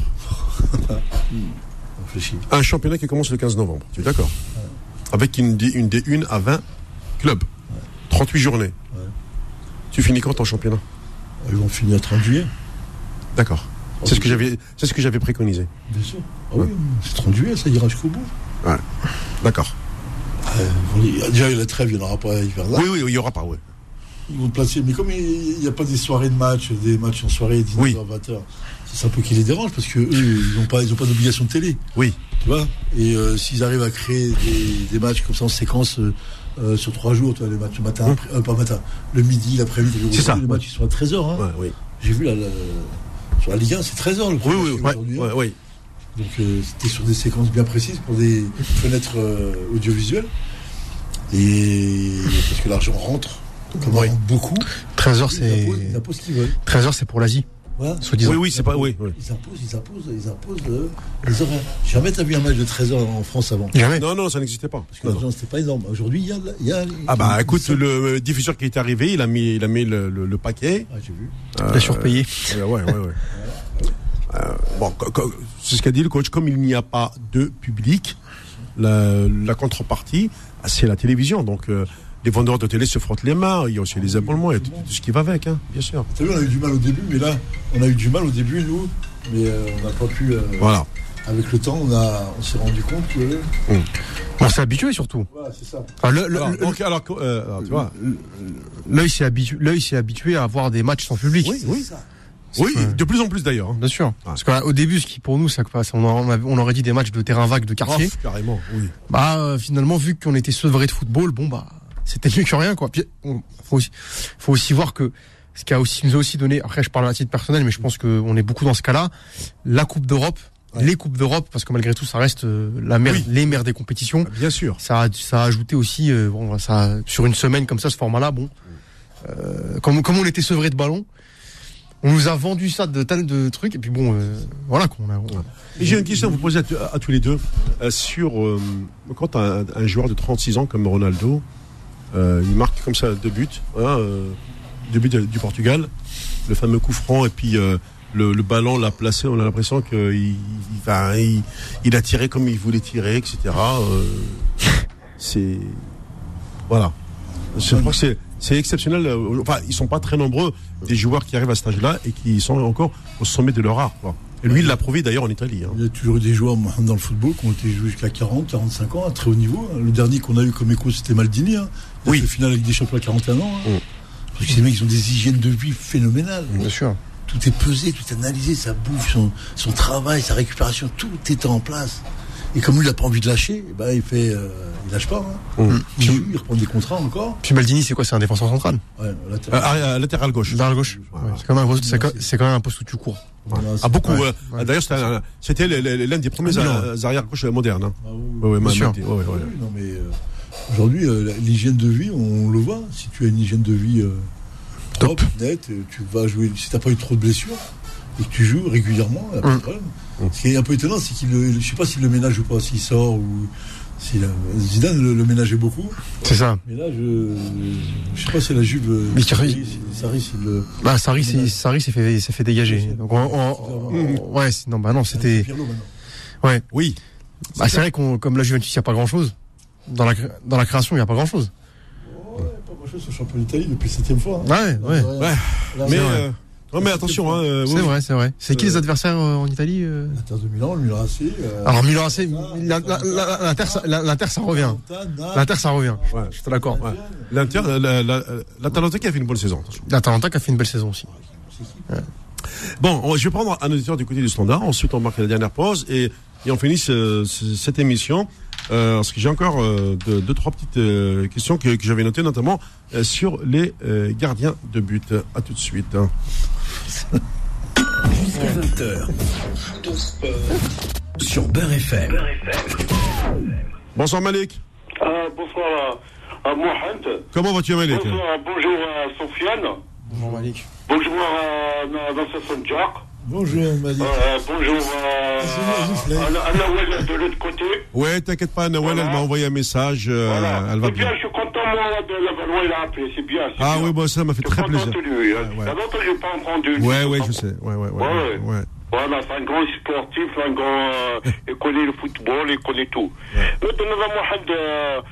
Un championnat qui commence le 15 novembre, tu es d'accord? Avec une D1 à 20 clubs, 38 journées. Tu finis quand ton championnat? Ils vont finir le 30 juillet. D'accord. C'est ce que j'avais préconisé. Bien sûr. Oui, c'est 30 juillet, ça ira jusqu'au bout. Ouais. D'accord. Déjà, la trêve, il n'y en aura pas hiver là. Oui, il n'y aura pas, oui. Ils vont te placer, mais comme il n'y a pas des soirées de match, des matchs en soirée, 19h, 20h, c'est un peu qui les dérange parce que eux, ils n'ont pas d'obligation de télé. Oui. Tu vois? Et s'ils arrivent à créer des matchs comme ça en séquence sur 3 jours, tu vois, les matchs le matin, pas matin, le midi, l'après-midi, c'est ça. Les matchs ils sont à 13h. Hein. Ouais, oui. J'ai vu sur la Ligue 1, c'est 13h le premier match aujourd'hui. Oui. Donc c'était sur des séquences bien précises pour des fenêtres audiovisuelles. Et parce que l'argent rentre. Comme beaucoup. 13h, c'est. Ils imposent ce qu'ils veulent. 13h, c'est pour l'Asie. Voilà. Oui, c'est pas. Oui. Ils imposent les horaires. Jamais t'as vu un match de 13h en France avant? Jamais. Non, ça n'existait pas. Parce que l'argent, c'était pas énorme. Aujourd'hui, il y a. Écoute, le diffuseur qui est arrivé, il a mis le paquet. Ah, j'ai vu. Il a surpayé. Ouais. C'est ce qu'a dit le coach. Comme il n'y a pas de public, la contrepartie, c'est la télévision. Donc, les vendeurs de télé se frottent les mains. Il y a aussi les abonnements, il y a tout ce qui va avec, bien sûr. T'as vu, on a eu du mal au début, mais là, on a eu du mal au début, nous, mais on n'a pas pu. Voilà. Avec le temps, on s'est rendu compte que. On s'est habitué surtout. Voilà, c'est ça. Tu vois, l'œil s'est habitué à avoir des matchs sans public. Oui. Oui, de plus en plus d'ailleurs. Bien sûr. Ouais. Parce qu'au début, ce qui pour nous, ça passe, on aurait dit des matchs de terrain vague de quartier. Carrément, oui. Finalement, vu qu'on était sevrés de football, c'était mieux que rien, quoi. Puis, faut aussi voir que ce qui nous a aussi donné, après je parle à titre personnel, mais je pense qu'on est beaucoup dans ce cas-là, la Coupe d'Europe, les Coupes d'Europe, parce que malgré tout, ça reste les mères des compétitions. Bien sûr. Ça a ajouté aussi, sur une semaine comme ça, ce format-là, comme on était sevrés de ballon, on nous a vendu ça de tas de trucs, et puis voilà qu'on a. Et j'ai une question à vous poser à tous les deux, sur, quand un joueur de 36 ans comme Ronaldo, il marque comme ça 2 buts, 2 buts du Portugal, le fameux coup franc, et puis le ballon l'a placé, on a l'impression qu'il a tiré comme il voulait tirer, etc. C'est... Voilà. Je crois que c'est exceptionnel. Ils sont pas très nombreux, des joueurs qui arrivent à cet âge-là et qui sont encore au sommet de leur art, quoi. Et lui, il l'a prouvé d'ailleurs en Italie. Il y a toujours eu des joueurs dans le football qui ont été joués jusqu'à 40, 45 ans, à très haut niveau. Le dernier qu'on a eu comme écho, c'était Maldini. Il a fait finale avec des champions à 41 ans. Parce que ces mecs, ils ont des hygiènes de vie phénoménales. Bien sûr. Tout est pesé, tout est analysé, sa bouffe, son travail, sa récupération, tout est en place. Et comme lui, il n'a pas envie de lâcher, il lâche pas. Hein. Il reprend des contrats encore. Puis Maldini, c'est quoi? C'est un défenseur central. Ouais, latéral gauche. Latéral gauche. Ouais. C'est quand même un poste où tu cours. Voilà, beaucoup. Ouais. D'ailleurs, c'était l'un des premiers arrières gauche modernes. Hein. Bien sûr. Non, mais aujourd'hui, l'hygiène de vie, on le voit. Si tu as une hygiène de vie propre, nette, tu vas jouer. Si tu n'as pas eu trop de blessures et que tu joues régulièrement, il n'y a pas de problème. Ce qui est un peu étonnant, c'est je ne sais pas s'il le ménage ou pas, s'il sort ou. Zidane le ménageait beaucoup. C'est ça. Mais là, je sais pas si la Juve. Sarri s'est fait dégager. Donc c'était. Ouais. Oui. C'est vrai comme la Juventus, il n'y a pas grand chose. Dans la création, il n'y a pas grand chose. Ouais, pas grand chose sur le championnat d'Italie depuis 7e fois. Hein. Ouais. Mais attention, c'est vrai. C'est qui les adversaires en Italie? L'Inter de Milan, le Milan AC. Alors Milan AC, l'Inter ça revient. L'Inter ça revient. Ouais, je te l'accorde. Ouais. L'Inter, l'Atalanta qui a fait une bonne saison. L'Atalanta qui a fait une belle saison aussi. Ouais. Bon, je vais prendre un auditeur du côté du Standard. Ensuite, on marque la dernière pause et on finit cette émission. Parce que j'ai encore deux, trois petites questions que j'avais notées, notamment sur les gardiens de but. À tout de suite. Jusqu'à 20h. Sur Beurre FM. Bonsoir Malik. Bonsoir à Mohamed. Comment vas-tu Malik? Bonjour à Sofiane. Bonjour Malik. Bonjour à Vincent Jack. Bonjour Malik. Bonjour à Nawel de l'autre côté. Ouais, t'inquiète pas, Nawel, elle m'a envoyé un message. Elle va bien. Je suis content, moi, de la Valois, il a appelé, c'est bien. Oui, bon, ça m'a fait très plaisir. D'abord, je n'ai pas entendu. Ouais, je sais. Ouais. Voilà, c'est un grand sportif, il connaît le football, il connaît tout. Maintenant, Mohamed,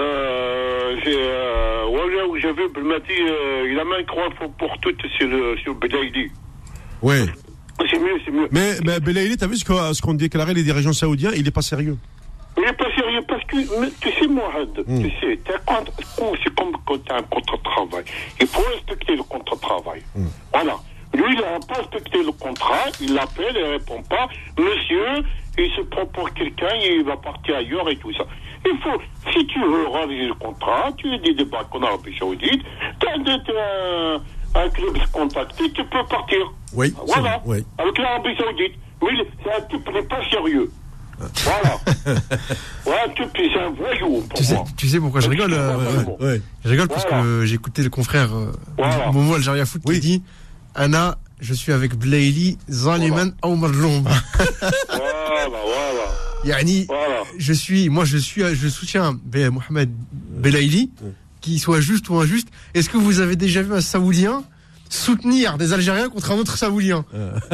j'ai vu, il m'a dit, il a mis un croix pour toutes sur Belaïli. Ouais. C'est mieux. Mais Belaïli, t'as vu ce qu'ont déclaré les dirigeants saoudiens? Il n'est pas sérieux. Il n'est pas sérieux parce que, tu sais, Mohamed, tu sais, c'est comme quand tu as un contrat de travail. Il faut respecter le contrat de travail. Voilà. Lui, il n'a pas respecté le contrat, il l'appelle, il ne répond pas. Monsieur, il se prend pour quelqu'un, il va partir ailleurs et tout ça. Il faut, si tu veux réaliser le contrat, tu as des débats en Arabie Saoudite, tu as un club contacté, tu peux partir. Oui, voilà. Oui. Avec l'Arabie Saoudite. Oui, c'est un type qui n'est pas sérieux. Voilà. Ouais, c'est un voyou pour moi. Tu sais pourquoi je rigole Je rigole parce que j'ai écouté le confrère Momo Algérie Foot qui dit Anna, je suis avec Belaïli, Zaliman ou Marloum. Voilà. Yani, je soutiens Mohamed Belaïli, qu'il soit juste ou injuste. Est-ce que vous avez déjà vu un Saoudien soutenir des Algériens contre un autre Saoudien?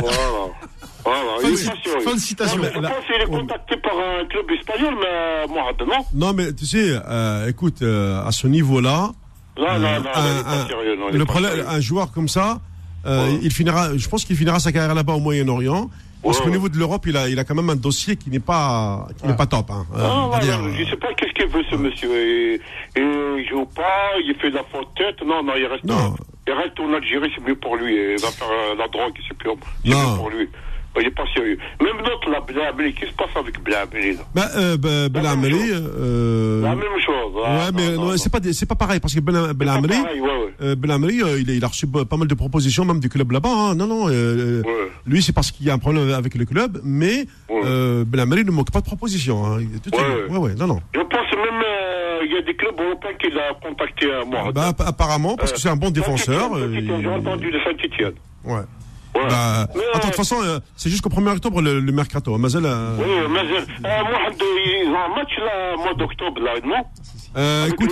Fin de citation. Je pense qu'il est contacté par un club espagnol, mais moi, non. Non, mais tu sais, écoute, à ce niveau-là, le problème, un joueur comme ça, je pense qu'il finira sa carrière là-bas au Moyen-Orient. Parce qu'au niveau de l'Europe, il a quand même un dossier qui n'est pas top. Je ne sais pas qu'est-ce qu'il veut ce monsieur. Il joue pas, il fait de la faute tête. Non, il reste. Il reste en Algérie, c'est mieux pour lui. Il va faire la drogue, c'est mieux pour lui. Il n'est pas sérieux. Même d'autres, la Blameli, qu'est-ce qui se passe avec Blameli Blameli, la même chose. Ouais, mais c'est pas pareil, parce que Blameli, il a reçu pas mal de propositions, même du club là-bas. Lui, c'est parce qu'il y a un problème avec le club, mais Blameli ne manque pas de propositions. Non. Je pense même il y a des clubs européens qui l'ont contacté à moi. Apparemment, parce que c'est un bon défenseur. J'ai entendu de Saint-Etienne. Ouais. De toute façon, c'est jusqu'au 1er octobre le mercato. Mazel. Oui, Mazel. Ils ont un match là, mois d'octobre, là, non? Écoute,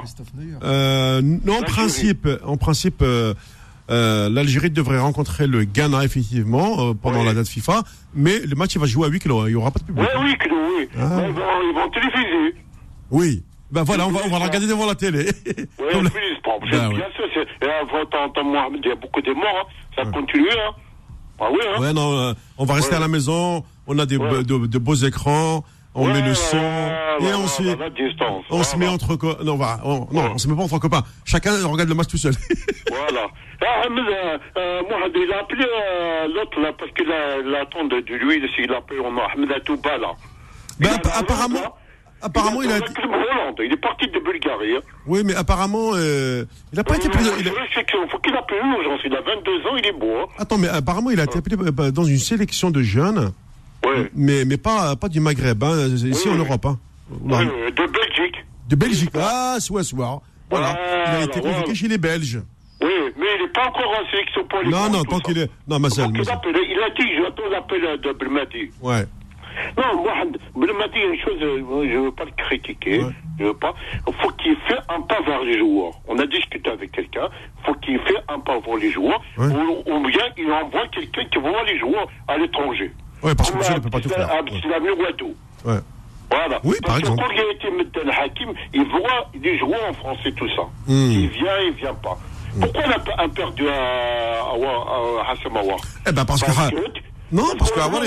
en principe, l'Algérie devrait rencontrer le Ghana effectivement pendant la date FIFA, mais le match il va jouer à huis clos. Il n'y aura pas de public. Oui, huis clos, oui. Ils vont téléviser. Oui. Ben voilà, on va le regarder devant la télé. Oui, en plus, bien sûr, il y a beaucoup de morts, ça continue, hein. Ah oui, hein. Ouais, non, on va rester à la maison, on a de beaux écrans, on met le son, et on se met entre copains. On se met pas entre copains. Chacun regarde le match tout seul. Voilà. Mohamed, il a appelé l'autre, là, parce qu'il attend de lui, il appelle Ahmed Atouba, là. Apparemment, il a été. Il est parti de Bulgarie. Hein. Oui, mais apparemment, il n'a pas été pris. Il faut qu'il appelle l'urgence. Il a 22 ans, il est beau. Hein. Attends, mais apparemment, il a été appelé dans une sélection de jeunes. Oui. Mais pas du Maghreb, hein, ici en Europe. Hein. Oui, de Belgique. De Belgique, soir. Voilà. Il a été convoqué chez les Belges. Oui, mais il n'est pas encore en sélection pour les Non, tant qu'il est. Non, Marcel. Il a dit, j'attends l'appel de Belmadi. Ouais. Non, moi, Belmadi, il y a une chose, je ne veux pas le critiquer. Ouais. Je veux pas. Il faut qu'il fasse un pas vers les joueurs. On a discuté avec quelqu'un. Il faut qu'il fasse un pas vers les joueurs. Ouais. Ou bien il envoie quelqu'un qui va voir les joueurs à l'étranger. Oui, parce que ça ne peut pas tout faire. Ouais. Voilà. Oui, par exemple. Quand il a été Meddel Hakim, il voit des joueurs en français, tout ça. Il vient pas. Pourquoi on a perdu à Hassam Aouar? Parce que Aouar,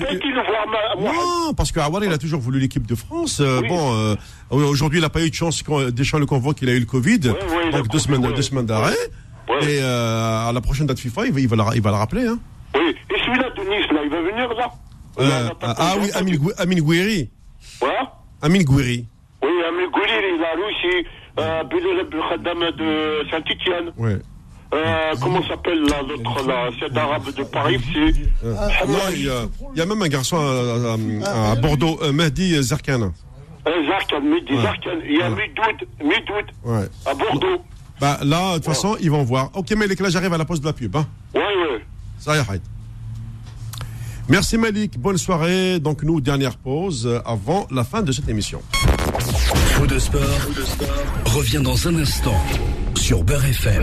parce qu'Aouar, il a toujours voulu l'équipe de France. Aujourd'hui, il n'a pas eu de chance quand Deschamps le convoque, il a eu le Covid. Donc 2 semaines d'arrêt. Et à la prochaine date FIFA, il va la rappeler. Hein. Oui. Et celui-là de Nice, là, il va venir là? Oui, Amin Gouiri. Voilà. Amin Gouiri. Oui, Amin Gouiri, là, lui, c'est Bilal Abdelkhadam de Saint-Etienne. Oui. Comment s'appelle là, l'autre, là, cet arabe de Paris, c'est... il y a même un garçon à Bordeaux, Mehdi Zarkan. Mehdi Zarkan. Il y a Midoud, à Bordeaux. Là, de toute façon, ils vont voir. Ok, mais là, j'arrive à la pause de la pub. Hein. Oui. Ça y est. Merci Malik, bonne soirée. Donc nous, dernière pause avant la fin de cette émission. Faux de sport revient dans un instant sur Beurre FM.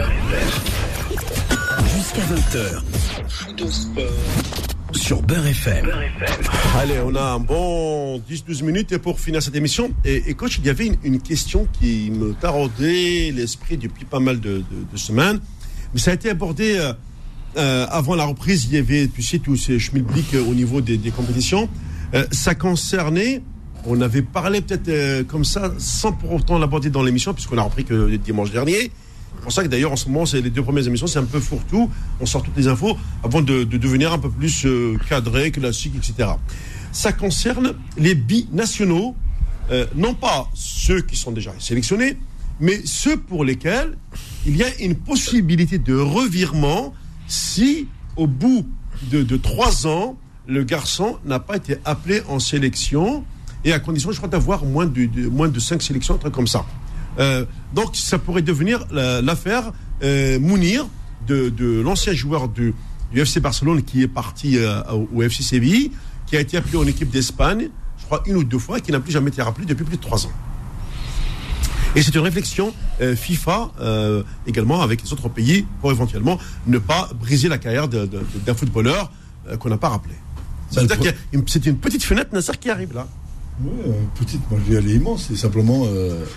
Jusqu'à 20h. Faux de sport sur Beurre FM. Allez, on a un bon 10-12 minutes pour finir cette émission. Et coach, il y avait une question qui me taraudait l'esprit depuis pas mal de semaines. Mais ça a été abordé... avant la reprise, il y avait, tu sais, tous ces schmilblick au niveau des compétitions. Ça concernait, on avait parlé peut-être comme ça, sans pour autant l'aborder dans l'émission, puisqu'on a repris que le dimanche dernier. C'est pour ça que d'ailleurs, en ce moment, c'est les 2 premières émissions, c'est un peu fourre-tout. On sort toutes les infos avant de devenir un peu plus cadré, classique, etc. Ça concerne les binationaux, non pas ceux qui sont déjà sélectionnés, mais ceux pour lesquels il y a une possibilité de revirement si, au bout de 3 ans, le garçon n'a pas été appelé en sélection, et à condition, je crois, d'avoir moins de 5 sélections, un truc comme ça. Donc, ça pourrait devenir l'affaire Mounir, de l'ancien joueur du FC Barcelone qui est parti au FC Séville, qui a été appelé en équipe d'Espagne, je crois 1 ou 2 fois, et qui n'a plus jamais été rappelé depuis plus de 3 ans. Et c'est une réflexion FIFA également avec les autres pays pour éventuellement ne pas briser la carrière d'un footballeur qu'on n'a pas rappelé. C'est-à-dire qu'il y a c'est une petite fenêtre Nasser qui arrive là. Oui, petite, moi je vais aller immense. C'est simplement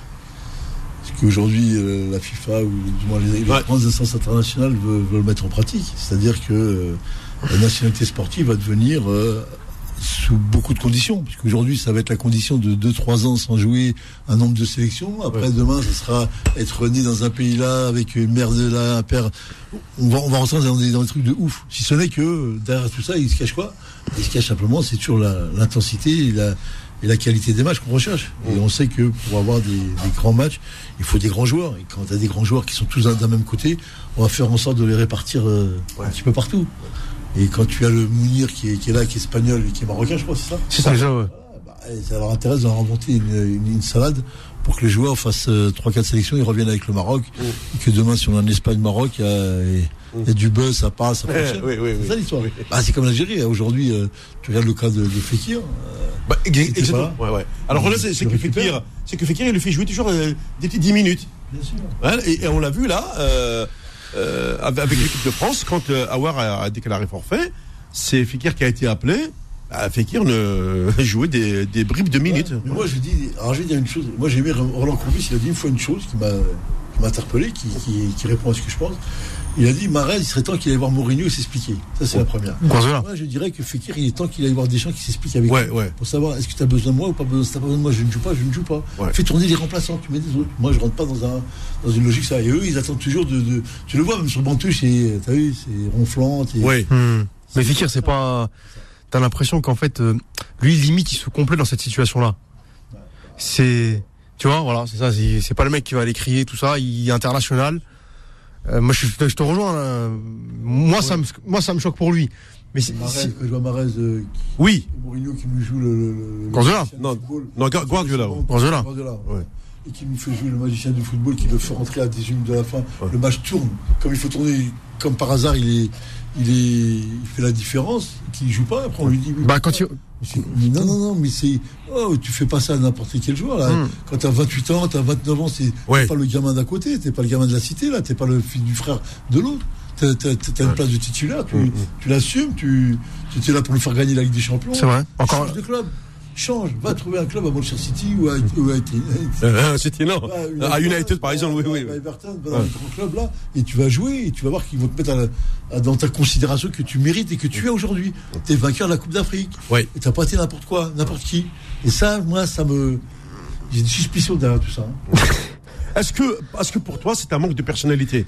ce qu'aujourd'hui la FIFA ou du moins les grandes instances internationales veulent mettre en pratique. C'est-à-dire que la nationalité sportive va devenir... sous beaucoup de conditions, puisqu'aujourd'hui ça va être la condition de 2-3 ans sans jouer un nombre de sélections. Après demain ça sera être né dans un pays là avec une mère de là, un père. On va rentrer dans des trucs de ouf. Si ce n'est que derrière tout ça il se cache quoi? Il se cache simplement c'est toujours l'intensité et la qualité des matchs qu'on recherche. Et on sait que pour avoir des grands matchs il faut des grands joueurs, et quand tu as des grands joueurs qui sont tous d'un même côté, on va faire en sorte de les répartir un petit peu partout. Et quand tu as le Mounir qui est là, qui est espagnol et qui est marocain, je crois, c'est ça? C'est ça, déjà, ouais. Ça leur intéresse d'en remonter une salade pour que les joueurs fassent 3-4 sélections, ils reviennent avec le Maroc. Et que demain, si on a un Espagne-Maroc, il y a du buzz, ça passe, ça fonctionne. C'est ça l'histoire. Oui. C'est comme l'Algérie. Aujourd'hui, tu regardes le cas de Fekir. Exactement. Alors là, c'est que Fekir, il le fait jouer toujours des petites 10 minutes. Bien sûr. Et on l'a vu là. Avec l'équipe de France, quand Aouar a déclaré forfait, c'est Fekir qui a été appelé. Fekir jouait des bribes de minutes. Mais moi, je vais dire une chose. Moi, j'ai aimé Roland Courbis, il a dit une fois une chose qui m'a interpellé, qui répond à ce que je pense. Il a dit, Mahrez, il serait temps qu'il aille voir Mourinho et s'expliquer. Ça, c'est la première. Moi, je dirais que Fekir, il est temps qu'il aille voir des gens qui s'expliquent avec lui. Pour savoir, est-ce que tu as besoin de moi ou pas besoin. Si tu n'as pas besoin de moi, je ne joue pas. Fais tourner les remplaçants, tu mets des autres. Moi, je rentre pas dans une logique, ça. Et eux, ils attendent toujours tu le vois, même sur le banc de touche, t'as vu, c'est ronflant. Mais Fekir, c'est pas. t'as l'impression qu'en fait, lui, limite, il se complaît dans cette situation-là. Tu vois, voilà, c'est ça. C'est pas le mec qui va aller crier tout ça. Il est international. Moi, je te rejoins. Là. Moi, ça me choque pour lui. Mais quand je vois Mahrez, oui. Mourinho qui nous joue le Guardiola. Non, Guardiola. Guardiola. Ouais. Et qui nous fait jouer le magicien du football, qui veut faire rentrer à 18 minutes de la fin. Ouais. Le match tourne. Comme il faut tourner, comme par hasard, il fait la différence. Qui joue pas. Après, on lui dit. Non, mais c'est. Oh, tu fais pas ça à n'importe quel joueur, là. Quand t'as 28 ans, t'as 29 ans, t'es pas le gamin d'à côté, t'es pas le gamin de la cité, là, t'es pas le fils du frère de l'autre. T'as une place de titulaire, tu l'assumes, tu es là pour nous faire gagner la Ligue des Champions. C'est vrai. Encore change de club. Change, va trouver un club à Manchester City ou à City, non. À United, par exemple, oui. À Everton, va dans les grands clubs là, et tu vas jouer, et tu vas voir qu'ils vont te mettre dans ta considération que tu mérites et que tu as aujourd'hui. T'es vainqueur de la Coupe d'Afrique. Oui. Et t'as pas été n'importe quoi, n'importe qui. Et ça, moi, j'ai des suspicions derrière tout ça. Est-ce que pour toi c'est un manque de personnalité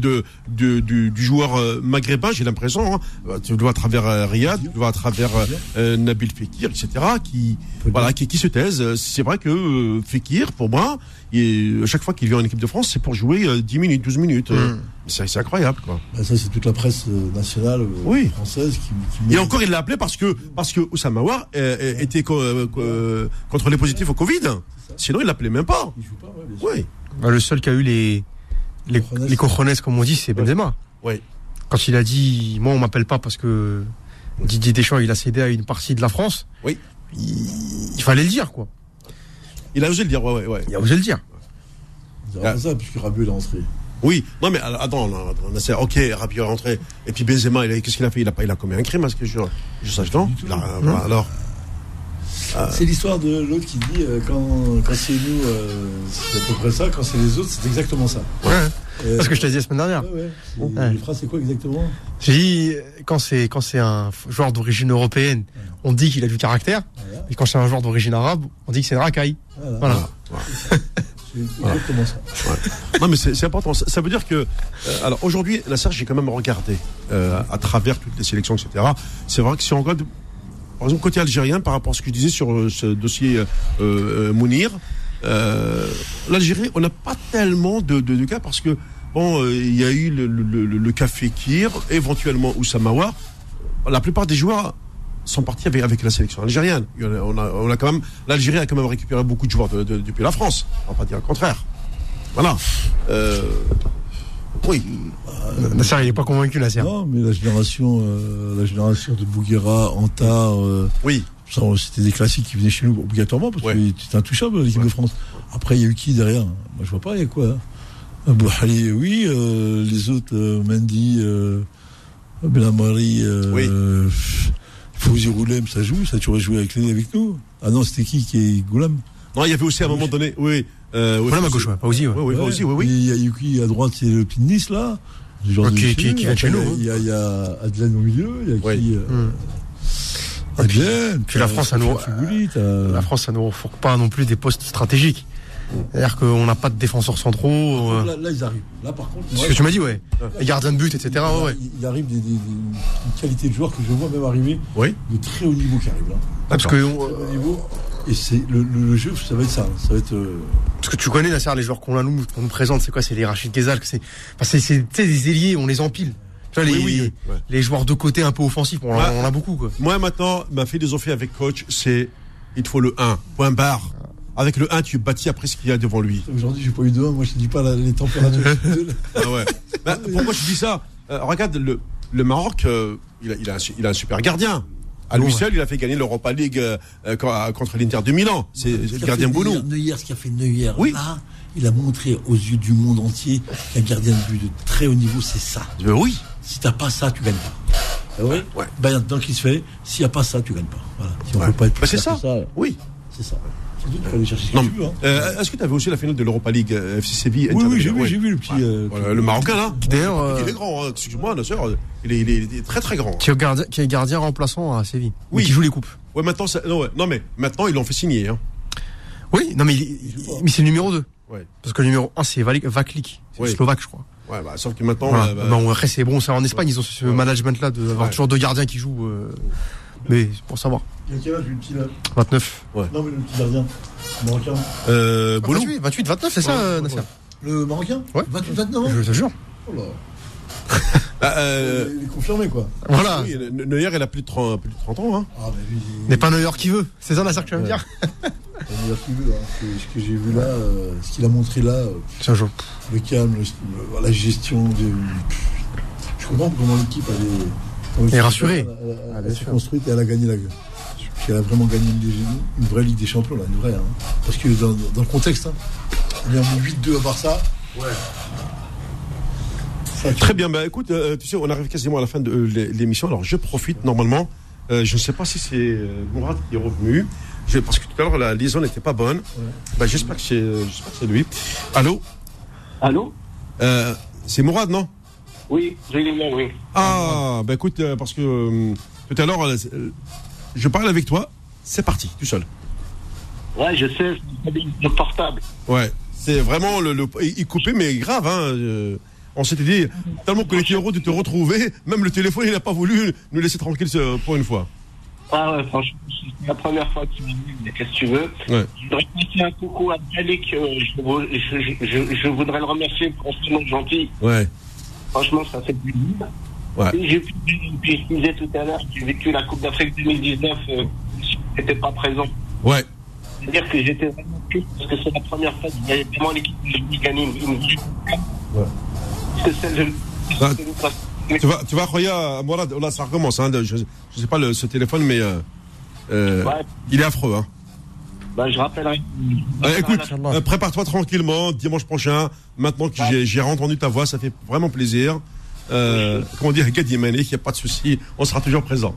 du joueur maghrébin? J'ai l'impression, tu le vois à travers Riyad, tu le vois à travers Nabil Fekir, etc. qui se taisent. C'est vrai que Fekir, pour moi, chaque fois qu'il vient en équipe de France, c'est pour jouer 10 minutes, 12 minutes. C'est incroyable, quoi. Ça, c'est toute la presse nationale française qui Et encore, il l'a appelé parce que Oussama Aouar était contre les positifs au Covid. Sinon, il l'appelait même pas. Il joue pas, oui. Le seul qui a eu les cojones, comme on dit, c'est Benzema. Oui. Quand il a dit, moi, on m'appelle pas parce que Didier Deschamps, il a cédé à une partie de la France. Oui. Il fallait le dire, quoi. Il a osé le dire, ouais. Il a osé le dire. C'est pas ça, puisque Rabiot est rentré. Oui, non mais attends, ok, Rabiot est rentré. Et puis Benzema, qu'est-ce qu'il a fait? Il a commis un crime, est-ce que je sache non? Alors. C'est l'histoire de l'autre qui dit quand c'est nous, c'est à peu près ça. Quand c'est les autres, c'est exactement ça. Ouais. C'est ce que je t'ai dit la semaine dernière. Les phrases, c'est quoi exactement? J'ai dit quand c'est un joueur d'origine européenne, on dit qu'il a du caractère. Et quand c'est un joueur d'origine arabe, on dit que c'est une racaille. Voilà. C'est exactement ça. Non mais c'est important. Ça veut dire que alors aujourd'hui, Nasser, j'ai quand même regardé à travers toutes les sélections, etc. C'est vrai que si on regarde par exemple, côté algérien, par rapport à ce que je disais sur ce dossier Mounir, l'Algérie, on n'a pas tellement de cas parce que il y a eu le cas Fekir, éventuellement Oussama Aouar. La plupart des joueurs sont partis avec la sélection algérienne. On a quand même, l'Algérie a quand même récupéré beaucoup de joueurs depuis la France. On va pas dire le contraire. Voilà. Oui. Nasser, il n'est pas convaincu, Nasser. Non, mais la génération de Bouguera, Antar, oui. C'était des classiques qui venaient chez nous obligatoirement parce que c'était intouchable l'équipe de France. Après, il y a eu qui derrière? Moi, je vois pas, il y a quoi? Bouhali, oui, les autres, Mendy, Belamari, Fouzi Roulem, ça joue, ça a toujours joué avec nous. Ah non, c'était qui est Goulam? Non, il y avait aussi à un moment donné, Goulam à gauche, pas aussi, oui. Il y a eu qui à droite, c'est le petit de Nice, là. Qui vient de chez nous. Il y a Adelaine au milieu, il y a qui Adelaine. Puis la France, ça nous refourque pas non plus des postes stratégiques. C'est-à-dire qu'on n'a pas de défenseurs centraux. Là, ils arrivent. Là, par contre. Ce que tu m'as dit, les gardiens de but, etc. Il arrive une qualité de joueurs que je vois même arriver de très haut niveau qui arrive là. Parce que et c'est le jeu, ça va être ça. Ça va être. Parce que tu connais, Nasser, les joueurs qu'on nous présente, c'est quoi? C'est les Rachid Ghezal. C'est des ailiers, on les empile. Tu vois, les joueurs de côté un peu offensifs, on en a beaucoup, quoi. Moi, maintenant, ma philosophie avec coach, c'est il te faut le 1, point barre. Avec le 1, tu bâtis après ce qu'il y a devant lui. Aujourd'hui, j'ai pas eu de 1, moi je te dis pas les températures. Pourquoi je dis ça? Regarde, le Maroc, il a un super gardien. À lui seul, il a fait gagner l'Europa League contre l'Inter de Milan. C'est le gardien Bounou. Ce qu'a fait Neuer, là, il a montré aux yeux du monde entier qu'un gardien de but de très haut niveau, c'est ça. Oui. Si t'as pas ça, tu gagnes pas. Oui. Dans qui se fait, s'il n'y a pas ça, tu gagnes pas. Voilà. Si on peut pas être c'est ça. Oui. C'est ça. Tu peux aller chercher ce que tu veux. Est-ce que tu avais aussi la finale de l'Europa League FC Séville? Oui, j'ai vu le petit. Le Marocain là. D'ailleurs, il est grand. Excuse-moi, Nasser. Il est très très grand. Qui est gardien remplaçant à Séville. Oui. Qui joue les coupes. Ouais, maintenant mais maintenant ils l'ont fait signer. Oui, non mais c'est le numéro 2. Ouais. Parce que le numéro 1 c'est Vaklik, c'est slovaque, je crois. Ouais, sauf que maintenant. Après c'est bon, c'est en Espagne, ils ont ce management là d'avoir toujours deux gardiens qui jouent. mais pour savoir. Il y a quel âge, le petit là? 29. Ouais. Non, mais le petit gardien, le Marocain. Boulou. 28, 29, c'est ça, Nasser? Le Marocain? Ouais. 28, 29 ans? Je te jure. Oh là. Il est confirmé, quoi. Voilà. Oui, Neuer, il a plus de 30 ans. Hein. Ah, mais lui, N'est pas New York qui veut. C'est ça, Nasser, que tu vas me dire? il a plus vu, hein. Ce que j'ai vu là, ce qu'il a montré là, C'est un jour. le calme, la gestion. Je comprends comment l'équipe est rassurée. Elle s'est construite et elle a gagné elle a vraiment gagné une vraie Ligue des Champions, là, une vraie. Hein. Parce que dans le contexte, hein, on est en 8-2 à Barça. Ouais. Très bien, bah écoute, tu sais, on arrive quasiment à la fin de l'émission, alors je profite normalement. Je ne sais pas si c'est Mourad qui est revenu, parce que tout à l'heure la liaison n'était pas bonne. Ouais. Bah, j'espère que c'est lui. Allô? Allô? C'est Mourad, non? Oui, j'ai les mains, oui. Ah, bah écoute, parce que tout à l'heure, je parle avec toi, c'est parti, tout seul. Ouais, je sais, c'est le portable. Ouais, c'est vraiment il coupait, mais grave, hein. On s'était dit, tellement qu'on était heureux de te retrouver, même le téléphone, il n'a pas voulu nous laisser tranquille pour une fois. Ah ouais, franchement, c'est la première fois que tu m'as dit, mais qu'est-ce que tu veux. Ouais. Je voudrais passer un coucou à Malik, je voudrais le remercier, franchement gentil. Ouais. Franchement, ça fait plaisir. Ouais. Et je disais tout à l'heure, j'ai vécu la Coupe d'Afrique 2019, je n'étais pas présent. Ouais. C'est-à-dire que j'étais vraiment triste parce que c'est la première fois qu'il y avait vraiment l'équipe qui gagnait une ouais. Parce que tu vas croire à Mourad, là ça recommence, hein, je sais pas ce téléphone, mais ouais. Il est affreux. Hein. Bah, je rappellerai. Écoute, prépare-toi tranquillement, dimanche prochain, maintenant que j'ai entendu ta voix, ça fait vraiment plaisir. Comment dire, Gadimani, il n'y a pas de souci, on sera toujours présent.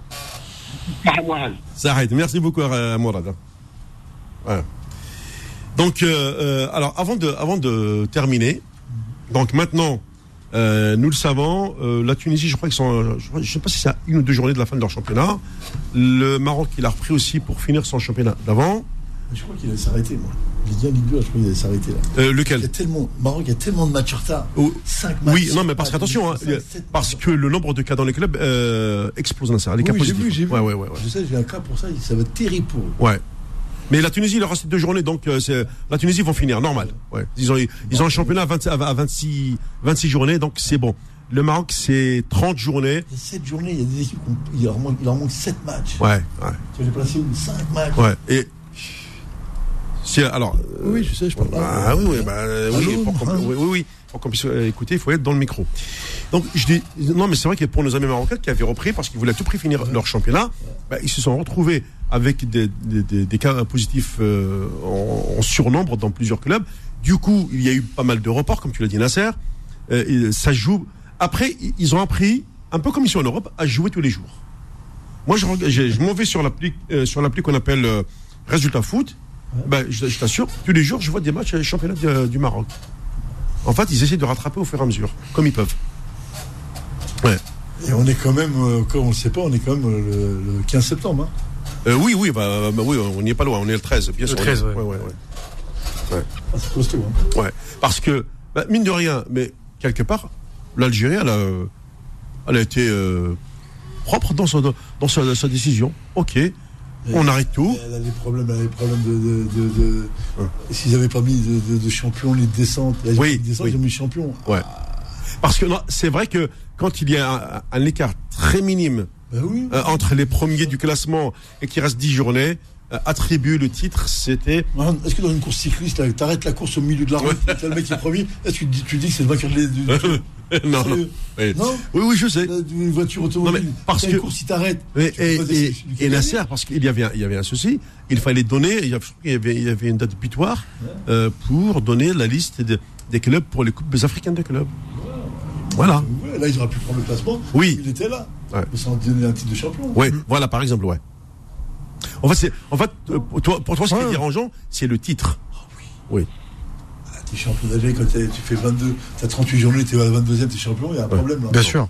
Ça arrête, merci beaucoup Mourad. Voilà. Donc, alors avant de terminer, donc maintenant, nous le savons, la Tunisie, je crois qu'ils sont, je ne sais pas si c'est à 1 ou 2 journées de la fin de leur championnat. Le Maroc, il a repris aussi pour finir son championnat d'avant. Je crois qu'il allait s'arrêter, moi. Ligue 1, Ligue 2, je crois qu'il allait s'arrêter là. Lequel? Maroc, il y a tellement de matchs en retard. 5 matchs. Oui, non, mais parce qu'attention, parce que le nombre de cas dans les clubs explose, Nasser. Les cas positifs. J'ai vu. Ouais. Je sais, j'ai un cas pour ça, ça va être terrible pour eux. Ouais. Mais la Tunisie, il leur reste 2 journées, donc la Tunisie vont finir, normal. Ouais. Ils ont un championnat à 26 journées, donc c'est bon. Le Maroc, c'est 30 journées. Il y a 7 journées, il y a des équipes, il leur manque 7 matchs. Ouais. Tu vas placer 5 matchs. Ouais. Et alors. Oui, je sais, je parle là. Ah oui. Pour qu'on puisse écouter, il faut être dans le micro. Donc je dis non, mais c'est vrai que pour nos amis marocains qui avaient repris parce qu'ils voulaient à tout prix finir leur championnat, ils se sont retrouvés avec des cas positifs en surnombre dans plusieurs clubs. Du coup, il y a eu pas mal de reports, comme tu l'as dit, Nasser. Ça joue. Après, ils ont appris, un peu comme ici en Europe, à jouer tous les jours. Moi, je m'en vais sur l'appli qu'on appelle Résultat Foot. Je t'assure, tous les jours, je vois des matchs championnat du Maroc. En fait, ils essaient de rattraper au fur et à mesure, comme ils peuvent. Ouais. Et on est quand même, comme on ne le sait pas, on est quand même le 15 septembre. Hein. Oui, on n'y est pas loin, on est le 13, bien sûr. Le 13, ouais. Ah, c'est costaud. Hein. Ouais. Parce que, mine de rien, mais quelque part, l'Algérie, elle a été propre dans sa décision. Ok. On arrête tout. Elle a des problèmes de s'ils n'avaient pas mis de champion, les descentes. Ils ont mis champion. Ouais. Parce que c'est vrai que quand il y a un écart très minime entre les premiers du classement et qu'il reste 10 journées, attribuer le titre, c'était... Est-ce que dans une course cycliste, tu arrêtes la course au milieu de la route, le mec qui est premier, est-ce que tu dis que c'est le vainqueur du Non. Oui, je sais. Une voiture automobile, parce que une course, si t'arrêtes... Et Nasser, parce qu'il y avait un souci, il fallait donner, il y avait une date butoir pour donner la liste des clubs pour les coupes africaines de clubs. Voilà. Là, il aurait pu prendre le classement. Oui. Il était là. Sans donner un titre de champion. Oui, voilà, par exemple, ouais. En fait, pour toi, ce qui est dérangeant, c'est le titre. Oui. T'es champion d'Algérie quand tu fais 22, t'as 38 journées, t'es à la 22e, t'es champion, il y a un problème là. Bien sûr.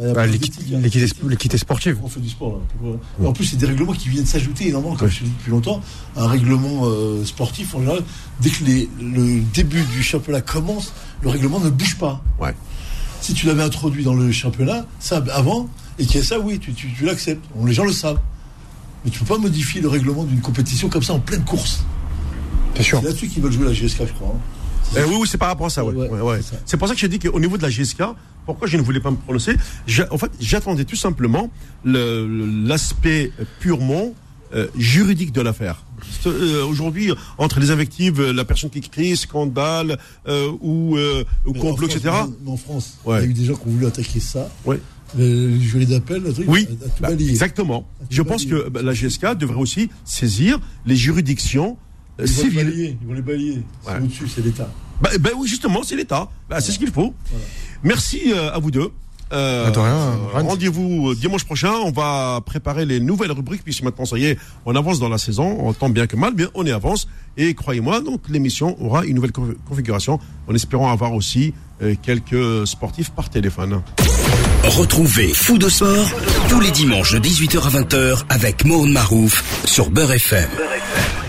L'équité sportive. On fait du sport là. Et en plus, c'est des règlements qui viennent s'ajouter énormément, comme je te dis depuis longtemps. Un règlement sportif, en général, dès que le début du championnat commence, le règlement ne bouge pas. Ouais. Si tu l'avais introduit dans le championnat, ça avant, et qu'il y a ça, oui, tu l'acceptes. Les gens le savent. Mais tu peux pas modifier le règlement d'une compétition comme ça en pleine course. C'est sûr. C'est là-dessus qu'ils veulent jouer la GSK, je crois. Oui, c'est par rapport à ça, ouais. C'est pour ça que j'ai dit qu'au niveau de la GSK, pourquoi je ne voulais pas me prononcer, en fait, j'attendais tout simplement l'aspect purement juridique de l'affaire. Aujourd'hui, entre les invectives, la personne qui crie, scandale ou complot, etc. En France, il y a eu des gens qui ont voulu attaquer ça. Ouais. Le jury d'appel, le truc, oui, a tout balayé. Exactement. Je pense que la GSK devrait aussi saisir les juridictions civiles. Ils vont les balayer. C'est au-dessus, c'est l'État. Oui, justement, c'est l'État. C'est ce qu'il faut. Voilà. Merci à vous deux. Rendez-vous dimanche prochain. On va préparer les nouvelles rubriques puisque maintenant, ça y est, on avance dans la saison. Tant bien que mal, bien, on y avance. Et croyez-moi, donc l'émission aura une nouvelle configuration en espérant avoir aussi quelques sportifs par téléphone. Retrouvez Fou de Sport tous les dimanches de 18h à 20h avec Mohamed Marouf sur Beurre FM.